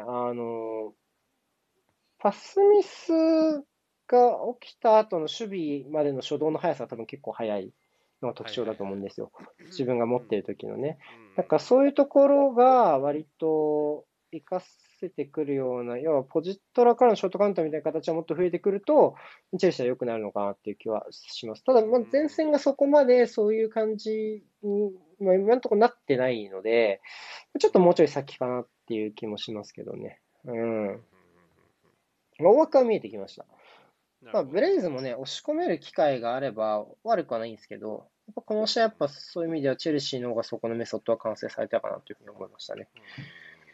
パスミスが起きた後の守備までの初動の速さは多分結構速いのが特徴だとはいはいはい。 思うんですよ。 うん自分が持っているうん時のね。 うんうんだからそういうところが割と活かせてくるような、要はポジトラからのショートカウンターみたいな形がもっと増えてくると、チェルシーは良くなるのかなっていう気はします。ただ、まあ、 うん。 前線がそこまでそういう感じに、まあ、今のところなってないので、ちょっともうちょい先かなっていう気もしますけどね。ううんうんうんうんうんん。大枠は見えてきました。まあ、ブなるほど。 レイズもね、押し込める機会があれば悪くはないんですけど、やっぱこの試合、やっぱそういう意味ではチェルシーの方がそこのメソッドは完成されたかなというふうに思いましたね。 うんうんうんうん。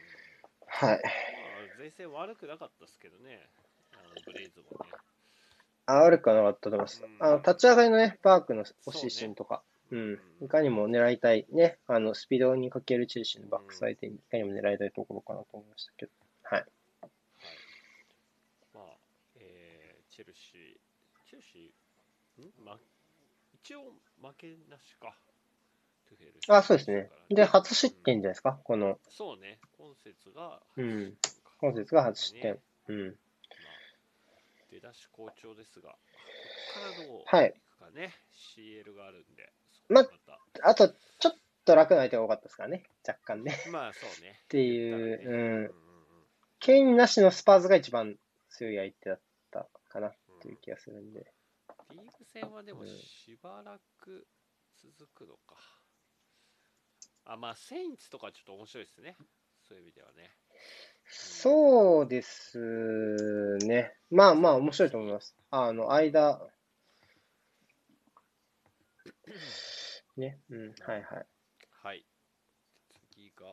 はい。 まあ、前線悪くなかったですけどね。ブレイズもね。 悪くはなかったと思いまうす。立ちん。 上がりのね、バークの惜しいそうね。 シーンとか、 うんうんうんいかにも狙いたいね、スピードにかけるチェルシーのうん。 バックサイドにいかにも狙いたいところかなと思いましたけど。はい。 はい。まあ、チェルシー、チェルシー、一応負けなしか。トゥヘルあ、 就任してそうですね。で、 からね。 初失うん。 点じゃないですか、この、 そうね。今節が初失うん。 点か。 今節が初失点。 ね。 うん。 まあ、出だし好調ですが、こっからどうはい。 いくかね。CL があるんで、そこまはまた。 あと、ちょっと楽な相手が多かったですからね。若干ね。 まあ、そうね。 って言ったらいう、 ね。うんうんケインなしのスパーズが一番強い相手だったかなっうん。うん。 ていう気がするんで。 リーグ戦はでもうん、 しばらく続くのか。まあ、セインツとかちょっと面白いですね。そういう意味ではね。うん。 そうですね。まあまあ、 セイン面白いと思いツに、 ます。間、ね。うん、 まはいはい。 あ、はい。次が、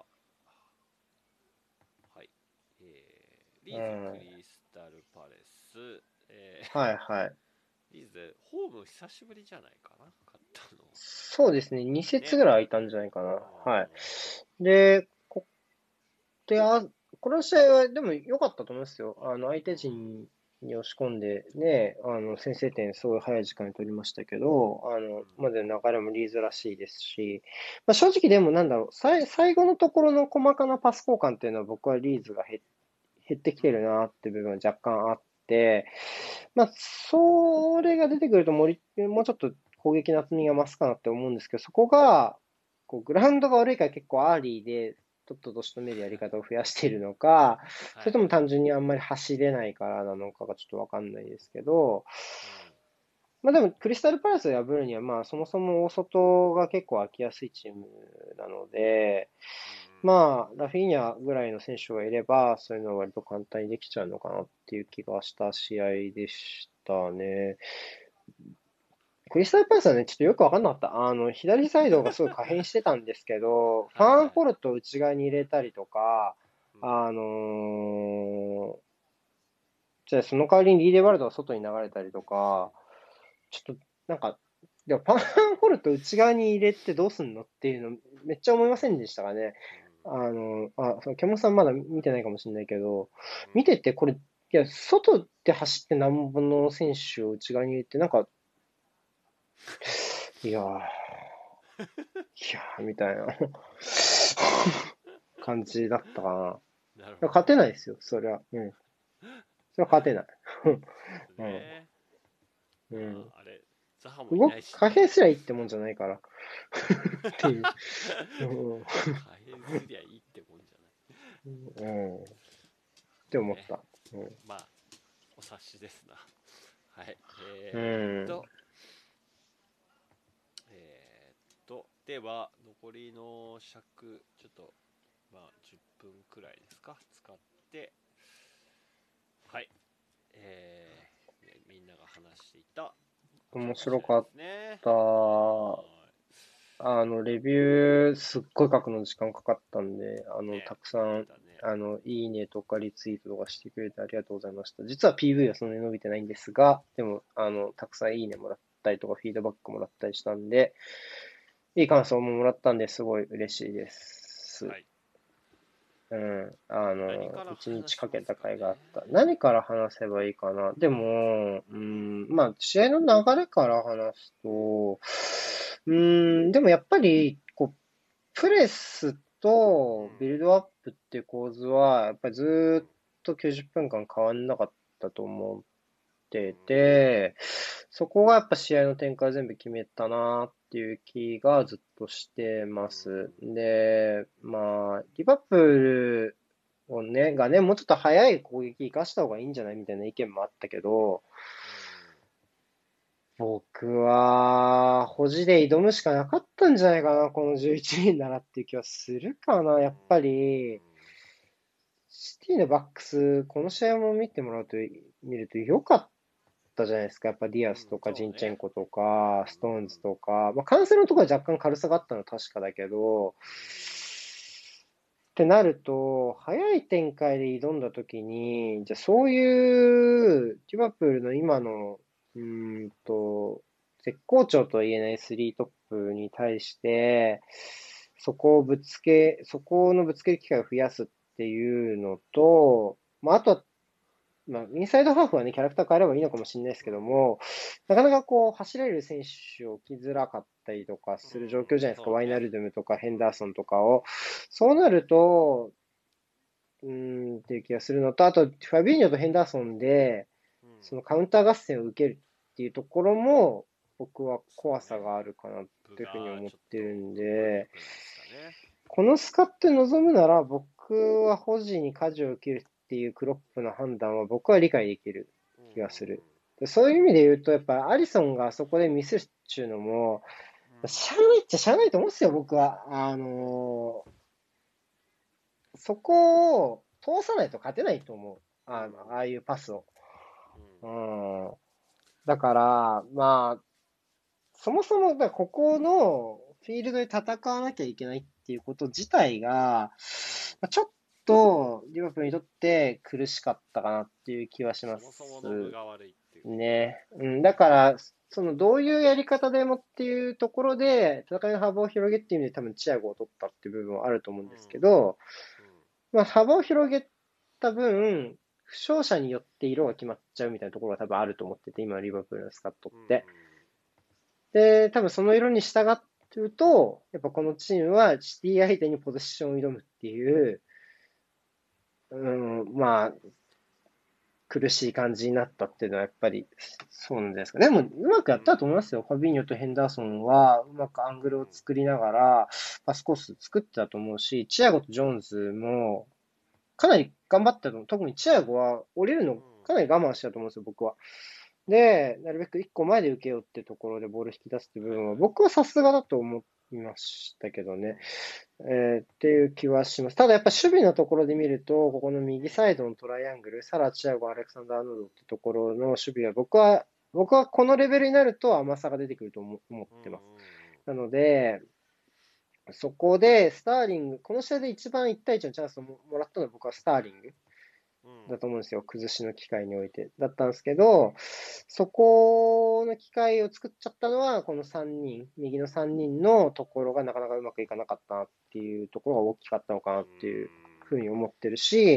はい。リーズ・クうん、 リスタル・パレス。 はいはい。 リーズ、ホーム久しぶりじゃないかな、勝ったの。 そうですね。2節ね。 ぐらい空いたんじゃないかうな。はい。 ん。 で、で、この試合はでも良かったと思いますよ。相手うん。 陣に押し込んで、ね、先制点すごい早い時間に取りましたけど、 うん。 まだ流れもリーズらしいですし、まあ、正直でもなんだろう、最後のところの細かなパス交換っていうのは僕はリーズが減ってきうん。 てるなっていう部分は若干あって、 うん。 まあ、それが出てくるともうちょっと攻撃の厚みが増すかなって思うんですけど、そこが、こう、グラウンドが悪いから結構アーリーで、とっとと仕留めるやり方を増やしているのか、それともはいはい。 単純にあんまり走れないからなのかがちょっとわかんないですけど、 うん。 まあでも、クリスタルパレスを破るには、まあ、そもそも大外が結構空きやすいチームなので、 うんうん。 まあ、ラフィーニャぐらいの選手がいれば、そういうのは割と簡単にできちゃうのかなっていう気がした試合でしたね。クリスタルパレスはね、ちょっとよくわかんなかった。左サイドがすごい可変してたんですけど、フはいはい。 ァンホルトを内側に入れたりとか、 うん。 あのじゃあその代わりにリーデワルドが外に流れたりとか、ちょっと、なんか、でもファンホルト内側に入れてどうすんのっていうのめっちゃ思いませんでしたかね。 うん。 そう、ケモさんまだ見てないかもしれないけど、 うん。 見ててこれ、いや、外で走ってなんぼの選手を内側に入れて、なんか、いやー、みたいな感じだったかな。 なるほど。 勝てないですよ、それは。うん。それは勝てない。うん。 ね。まうん。 あ、あれ、ザハもいないしね。 可変すりゃいいってもんじゃないから。っていう。うん。 可変すりゃいいってもんじゃない。 うん。って思っね。 た。うん。 まあ、お察しですな。はい。 うん。 では、残りの尺、ちょっと、まあ、10分くらいですか、使って、はい。みんなが話していた、こちら面の試合で白かっすね。 た。レビュー、すっごい書くの時間かかったんで、 ね、 たくさん、 言ってたね。 いいねとかリツイートとかしてくれてありがとうございました。実は PV はそんなに伸びてないんですが、でも、たくさんいいねもらったりとか、フィードバックもらったりしたんで、いい感想ももらったんですごい嬉しいです。 はい。 うん。 何から一日話しかけたますかね。 回があった。何から話せばいいかな。でも、まあ、試合の流れから話すと、でもやっぱり、プレスとビルドアップっていう構図は、やっぱりずーっと90分間変わんなかったと思ってて、そこがやっぱ試合の展開を全部決めたなっていう気がずっとしてます。で、まあ、リバプールがね、もうちょっと早い攻撃活かした方がいいんじゃないみたいな意見もあったけど、僕は、保持で挑むしかなかったんじゃないかな、この11人ならっていう気はするかな。やっぱり、シティのバックス、この試合も見ると良かったじゃないですか。やっぱディアスとかジンチェンコとか、ストーンズとか、まあ、カンセルのところは若干軽さがあったのは確かだけど、ってなると、早い展開で挑んだときに、じゃあそういう、リバプールの今の、絶好調とは言えないスリートップに対して、そこのぶつける機会を増やすっていうのと、まあ、あとはまあ、インサイドハーフはね、キャラクター変えればいいのかもしれないですけども、なかなか走れる選手を置きづらかったりとかする状況じゃないですか。ワイナルドゥムとかヘンダーソンとかを。そうなると、っていう気がするのと、あと、ファビーニョとヘンダーソンで、そのカウンター合戦を受けるっていうところも、僕は怖さがあるかなっていうふうに思ってるんで、このスカットに臨むなら、僕は保持に舵を受けるっていうクロップの判断は僕は理解できる気がする。でそういう意味で言うと、やっぱアリソンがあそこでミスっていうのも、しゃあないっちゃしゃあないと思うんですよ、僕は。そこを通さないと勝てないと思う。ああいうパスを。うん。だから、まあ、そもそも、ここのフィールドで戦わなきゃいけないっていうこと自体が、ちょっとリバプールにとって苦しかったかなっていう気はします。 そもそもの分が悪いっていうね。だから、どういうやり方でもっていうところで、戦いの幅を広げっていう意味で多分チアゴを取ったっていう部分はあると思うんですけど、まあ、幅を広げた分、負傷者によって色が決まっちゃうみたいなところが多分あると思ってて、今のリバプールのスカットって。で、多分その色に従ってると、やっぱこのチームはシティ相手にポゼッションを挑むっていう、まあ、苦しい感じになったっていうのはやっぱりそうなんじゃないですか。でも、うまくやったと思いますよ。ファビーニョとヘンダーソンは、うまくアングルを作りながら、パスコース作ってたと思うし、チアゴとジョーンズも、かなり頑張ったと思う。特にチアゴは降りるのかなり我慢したと思うんですよ、僕は。で、なるべく一個前で受けようってところでボール引き出すって部分は、僕はさすがだと思いましたけどね。っていう気はします。ただやっぱ守備のところで見ると、ここの右サイドのトライアングル、サラ、チアゴ、アレクサンダー・アーノルドってところの守備は、僕はこのレベルになると甘さが出てくると思ってます。なので、そこでスターリング、この試合で一番1対1のチャンスをもらったのは僕はスターリングだと思うんですよ。崩しの機会において。だったんですけど、そこの機会を作っちゃったのは、この3人、右の3人のところがなかなかうまくいかなかったなっていうところが大きかったのかなっていうふうに思ってるし、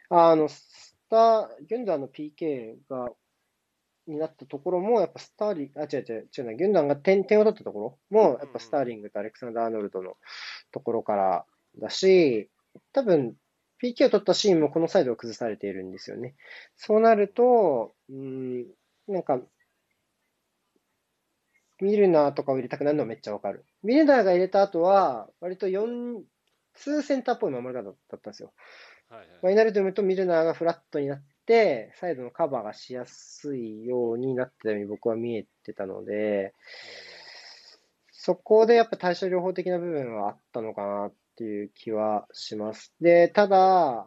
ギュンダーの PK になったところも、やっぱスターリング、違うな、ギュンダーが点を取ったところも、やっぱスターリングとアレクサンダー・アーノルドのところからだし、多分、PK を取ったシーンもこのサイドを崩されているんですよね。そうなると、なんか、ミルナーとかを入れたくなるのはめっちゃわかる。ミルナーが入れた後は、割と2センターっぽい守り方だったんですよ。ワイナルドゥムとミルナーがフラットになって、サイドのカバーがしやすいようになってたように僕は見えてたので、そこでやっぱ対処療法的な部分はあったのかなっていう気はします。で、ただ、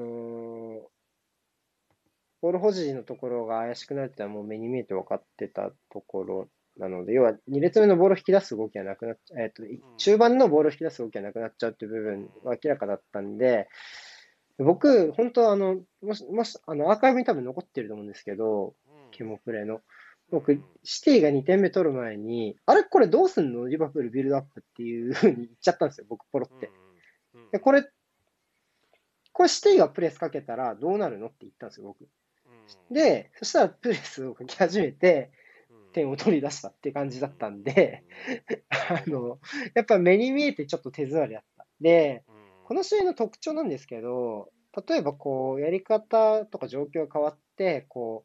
ボール保持のところが怪しくなるってのはもう目に見えて分かってたところなので、要は2列目のボールを引き出す動きがなくなっちゃ中盤のボールを引き出す動きがなくなっちゃうっていう部分は明らかだったんで、 僕、本当もし、アーカイブに多分残ってると思うんですけど、 うん。 ケモプレの。僕、 うん。 シティが2点目取る前に、あれこれどうすんのリバプールビルドアップっていう風に言っちゃったんですよ、僕、ポロっうん。 て。 うん。うん。 で、これシティがプレスかけたらどうなるのって言ったんですよ、僕。 うん。 で、そしたらプレスをかけ始めて、 うん。 点を取り出したっていう感じだったんで、 なるほど。 やっぱ目に見えてちょっと手詰まりだった。で、 うん。 この試合の特徴なんですけど、例えばこう、やり方とか状況が変わって、こ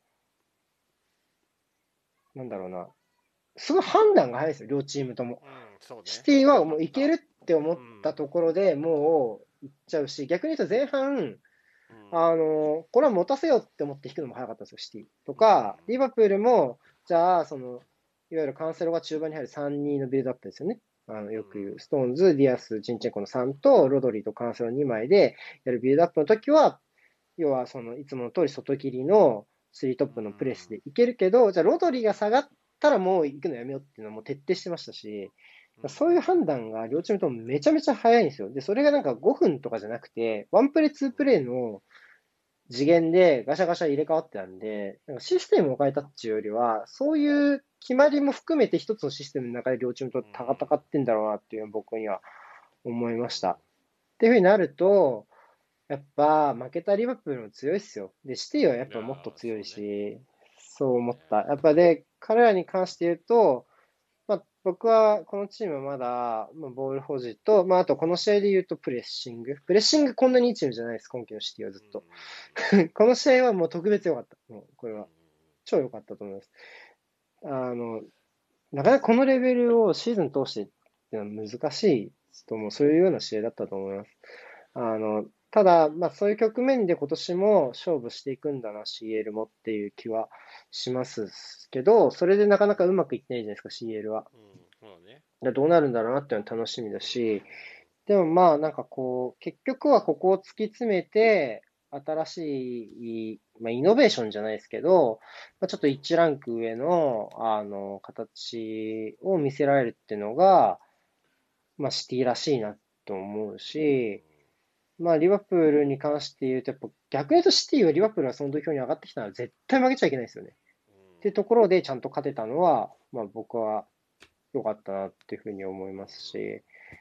う、なんだろうな、すごい判断が早いですよ、両チームとも。 うん。そうね。 シティはよかった。 もういけるって思うったん。 ところでもういっちゃうし、逆に言うと前半、 うん。 これは持たせようって思って引くのも早かったんですよ、シティ。とうん。 か、リバプールも、じゃあ、いわゆるカンセロが中盤に入る3-2のビルドアップですよね。 うん。 よく言う、ストーンズ、ディアス、ジンチェンコの3と、ロドリとカンセロ2枚でやるビルドアップの時は、要は、いつもの通り外切りの3トップのプレスでいけるけど、じゃあ、ロドリが下がったらもう行くのやめようっていうのはもう徹底してましたし、 うん。 そういう判断が両チームともめちゃめちゃ早いんですよ。で、それがなんか5分とかじゃなくて、ワンプレー、ツープレーの次元でガシャガシャ入れ替わってたんで、なんかシステムを変えたっていうよりは、そういう決まりも含めて一つのシステムの中で両チームと戦ってんだろうなっていうのは僕には思いました。っていうふうになると、やっぱ負けたリバプールも強いっすよ。で、シティはやっいやぱもっとー、 強いそうね。 し、そうそうね。 思った。やっぱで、彼らに関して言うと、まあ、僕はこのチームはまだ、まあ、ボール保持と、まあ、あとこの試合で言うとプレッシング。プレッシングこんなにいいチームじゃないです、今季のシティはずっうん。 と。この試合はもう特別良かった。もうこれうん。 は超良かったと思います。あの、なかなかこのレベルをシーズン通してっていうのは難しいと思う。そういうような試合だったと思います。ただ、まあそういう局面で今年も勝負していくんだな、CL もっていう気はしますけど、それでなかなかうまくいってないじゃないですか、CL は。 うん。そうね。 どうなるんだろうなっていうのは楽しみだうん。 し、でもまあなんかこう、結局はここを突き詰めて、新しい、まあ、イノベーションじゃないですけど、まあ、ちょっと1ランク上の、形を見せられるっていうのが、まあ、シティらしいなと思ううん。 し、まあ、リバプールに関して言うと、やっぱ逆に言うとシティはリバプールがその土俵に上がってきたら絶対負けちゃいけないですよね。 うん。 っていうところでちゃんと勝てたのは、まあ僕は良かったなっていうふうに思いますし、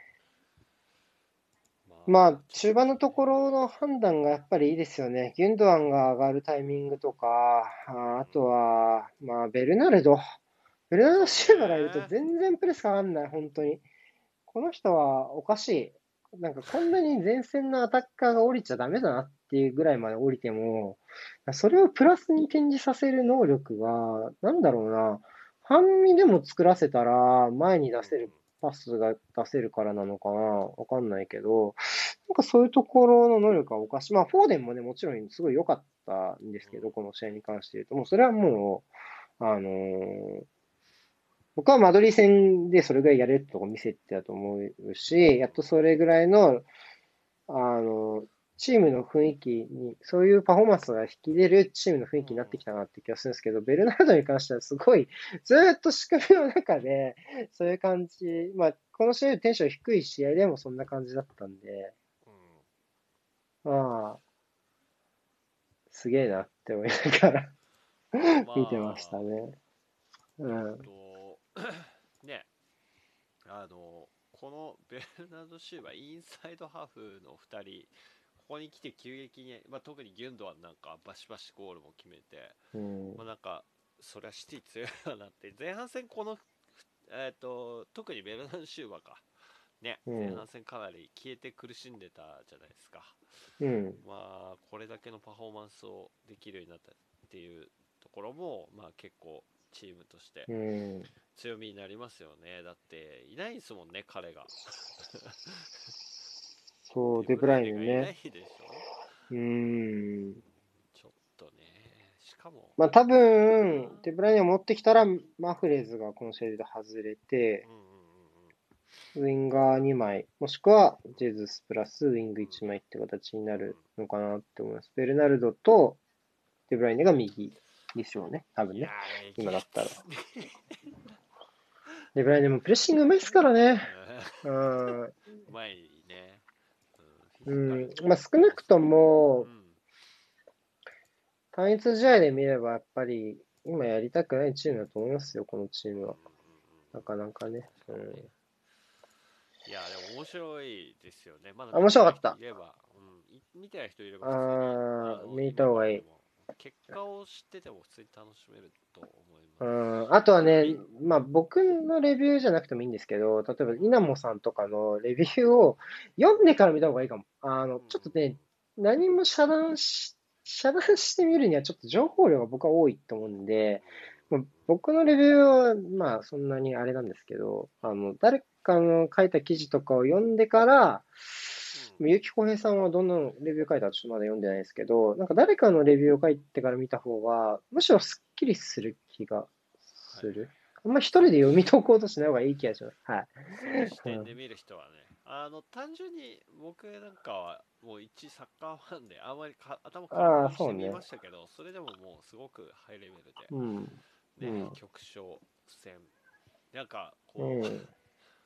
ままあ、 あ、ちょっ中盤のとことね。 ろの判断がやっぱりいいですよね。ギュンドアンが上がるタイミングとか、あとは、まあ、ベルナルド。ベルナルド・そうシウバがいるとね。 全然プレスかかんない、本当に。この人はおかしい。なんかこんなに前線のアタッカーが降りちゃダメだなっていうぐらいまで降りても、それをプラスに転じさせる能力が、なんだろうな、半身でも作らせたら前にうん。 出せるパスが出せるからなのかな、わかんないけど、なんかそういうところの能力はおかしい。まあ、フォーデンもね、もちろんすごい良かったんですけど、この試合に関して言うと、もうそれはもう、僕はマドリー戦でそれぐらいやれるとこ見せてたと思うし、やっとそれぐらいの、あの、チームの雰囲気に、そういうパフォーマンスが引き出るチームの雰囲気になってきたなって気がするんですけど、ベルナードに関してはすごい、ずーっと仕組みの中で、そういう感じ、まあ、この試合よりテンション低い試合でもそんな感じだったんで、 うまあ、すげえなって思いながらん。 見てましたまあ、 ね。うえっん。 と、ね、このベルナード・シューバー、インサイドハーフの2人、ここに来て急激に、まあ、特にギュンドアンなんかバシバシゴールも決めて、 うん。 まあ、なんか、そりゃシティ強いよなって、前半戦この、特にベルナード・シューバーか、ね、 うん。 前半戦かなり消えて苦しんでたじゃないですか。 うん。 まあ、これだけのパフォーマンスをできるようになったっていうところも、まあ結構チームとしてうん。 強みになりますよね。だっていないですもんね、彼が。 そう、 デブデブライライネがいなネね。 いでしょ。 うーん。 ちょっとね、しかも、 まあ多そうだよな。 分、デブライネを持ってきたら、マフレーズがこの試合で外れて、 うんうんうんウィンガー2枚、もしくはジェズスプラスウィングうん 1枚って形になうんるのかなって思います。ベルナルドとデブライネが右でしょうね。多うん。いや分ね。 ー、えげ今だったら。 つね。 デブライネもプレッシングうまいですからね。 うん。 うん。 前にね、うん、フィまあ少なくとも、 うん単一試合で見ればやっぱり、今やりたくないチームだと思いますよ、このチーうんうんうんムは。なかなかね。 確かにね。いや、でも面白いですよね。まだ見面てない白かった。 人いれば、見てない人いれば普通に、 見た今方がいい。 からでも、結果を知ってても普通に楽しめると思いますあとはし、 ね、まあ僕のレビューじゃなくてもいいんですけど、例えば稲うん茂さんとかのレビューを読んでから見た方がいいかも。 うんうんちょっとね、何も遮断してみるにはちょっと情報量が僕は多いと思うんで、まあ僕のレビューはまあそんなにあれなんですけど、誰かの書いた記事とかを読んでから、 うんうんゆきこへいさんはどんなレビュー書いたかちょっとまだ読んでないですけど、なんか誰かのレビューを書いてから見た方が、むしろスッキリする気がはいはいはい。 する。あんま一人でそういう読み解こうとしない方がいい気がします。はい。 そういう視うん。 点で見る人はね、単純に僕なんかはもう一サッカーファンであまり頭空っああ、 ぽにしてみそうね。 ましたけど、それでももうすごくハイレベルで、 うん。うね、 ん。 局所戦、なんかうこう、 ん。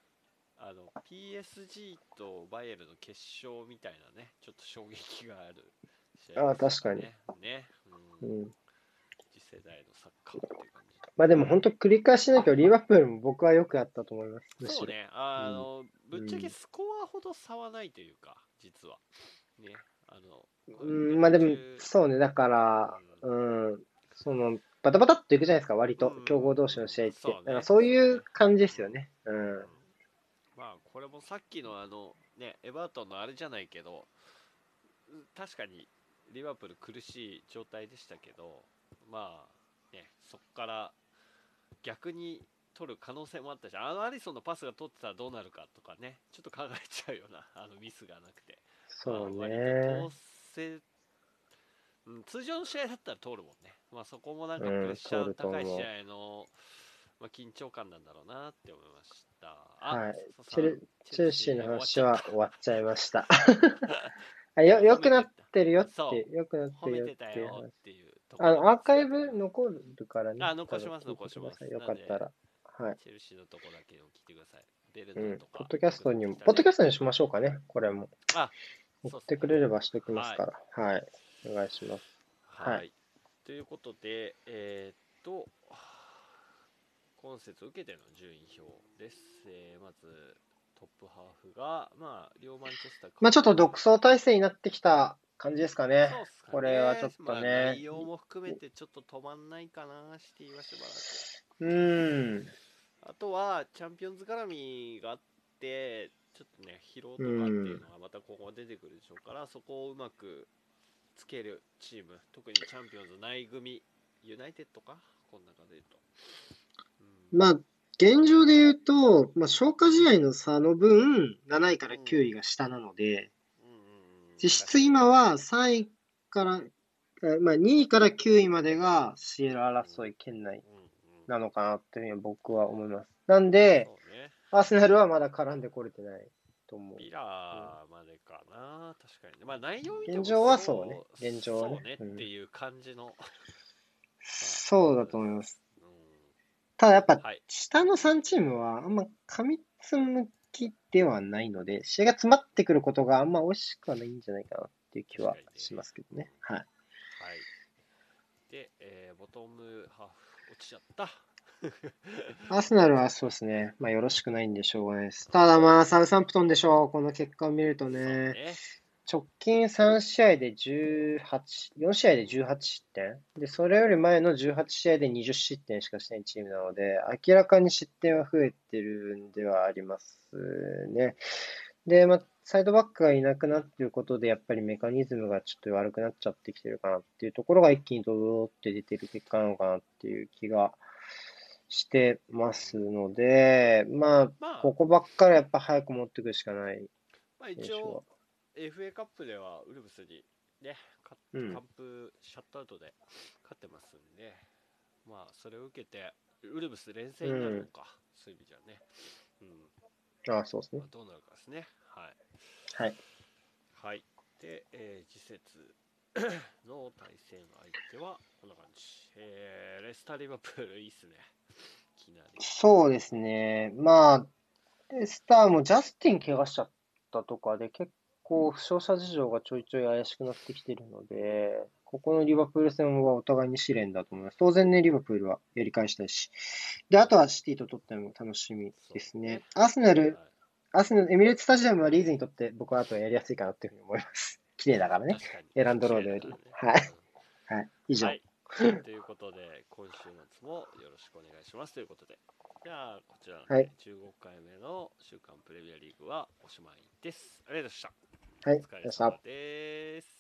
PSG とバイエルの決勝みたいなね、ちょっと衝撃がある試合ああ、 でし確かに。 たね。ね、 うん。 次世代のサッカーっていう感じまあでも本当繰り返しなきゃリバプールも僕はよくやったと思います。むしろ。 そうね、 うん。 ぶっちゃけうん。 スコアほど差はないというか、実は。ね、 うん、 午まあでも、 前中、 そうね。だかうら、バタバタっといくじゃないですか、割ん、うん、 と。強豪同士の試合って。 そうね、 だからそうそうね。 いう感じでうん、 すよね。うん。 うん。まあ、これもさっきのね、エバートンのあれじゃないけど、確かにリバプール苦しい状態でしたけど、まあ、ね、そこから逆に取る可能性もあったし、アリソンのパスが取ってたらどうなるかとかね、ちょっと考えちゃうような、ミスがなくて、まあ、 そう割とね。 せ、通常の試合だったら通るもんね。まあ、そこもなんかプレッうん、 シャーの通ると高い試思う。 合の、まあ、緊張感なんだろうなって思いました。 はい。 笹さん、チェチェルシーのルシー終わっちゃった。 話は終わっちゃいました。 でも良くなっ褒めてた。 てるよって、 そ良くなっう、褒めてるよってたよていう話。 っていうところでアーカイブ伝えておきます。 残るからね、多分残します、 聞いて残します。 ください。よなんで、 かったら。はい。 チェルシーのとこだけでも聞いてください。ベルうん。 ナーとか良くなってきたポッドキャねっていう。 ストにしましょうかね、これも。 あ、 送っそうですね。 てくれればしときますはい。 から。はい。お願いします。はい。 はい。ということで、今節受けての順位表です。まず、トップハーフが、まあ、両マンチェスター変まあちょっとわらず。 独走体制になってきた感じですかね。 そうっすかこれはちょね。 っとまあ、 ね。 内容も含めてちょっと止まんないかな、シティはしばらく。 うーん。 あとは、チャンピオンズ絡みがあって、ちょっとね、疲労うとかっていうん。 のがまた今後出てくるでしょうから、そこをうまくつけるチーム、特にチャンピオンズ内組、ユナイテッドかこんな感じで言うと。 まあ、現状で言うと、まあ、消化試合の差の分、7位かうん。 らうん。 9位が下なので、実質確かに。 今は3位から、まあ、2位から9位までが CL うん。 争い圏内うん。うん。 なのかなっていうふうに僕は思います。なんで、 そうね。 アーセナルはまだ絡んでこれてないと思ビう。うん、 ラまでかな。確かに。まあ内容見ても現状はそうね。現状はね。 そうねうん、 っていう感じのまあ、 そうだと思います。 うん。 ただやっぱ、 はい。 下の3チームはあんま過密向きではないので、試合が詰まってくることがあんま美味しくはないんじゃないかなっていう気は確かにしまね。うん。 すけどね。はい。 はい。で、ボトムハーフ落ちちゃった。 アーセナルはそうですね。まあよろしくないんでしょうがないです。ただまあサウサンプトンでしょう。この結果を見るとね。 そうね。 直近3試合で18、4試合で18失点。で、それより前の18試合で20失点しかしてないチームなので、明らかに失点は増えてるんではありますね。で、まあ、サイドバックがいなくなっていることで、やっぱりメカニズムがちょっと悪くなっちゃってきてるかなっていうところが一気にドドドって出てる結果なのかなっていう気がしてうん。 ますので、まあ、 まあ、 ここばっかりやっぱ早く持っていくしかないまあ一応、 選手は。 FA カップではウルブスにね、 うん。 完封シャットアウトで勝ってますんで、まあそれを受けて、ウルブス連戦になるのうん。 か、そういう意味じゃね。うん。 ああ、そうですね。 まあ、どうなるかですね。はい。 はい。 はい。で、次節の対戦相手はこんな感じ。レスター・リバプールいいっすね。いきなり。 そうですね。まあ、スターもジャスティン怪我しちゃったとかで結負傷者事情がちょいちょい怪しくなってきているので、ここのリバプール戦はお互いに試練だと思います。当然ね、リバプールはやり返したいし。で、あとはシティとトッテナムも楽しみですね。アーセナル、エミレーツスタジアムはリーズにとって僕はあとはやりやすいかなというふうに思います。綺麗だからね。 確かに。 エランドロードより。はい。はい。以上。 はい。ということで、今週末もよろしくお願いしますということで。じゃあ、こちらの、ね、15回目の週刊プレミアリーグはおしまいです。ありがとうございました。 はい。 お疲れ様です。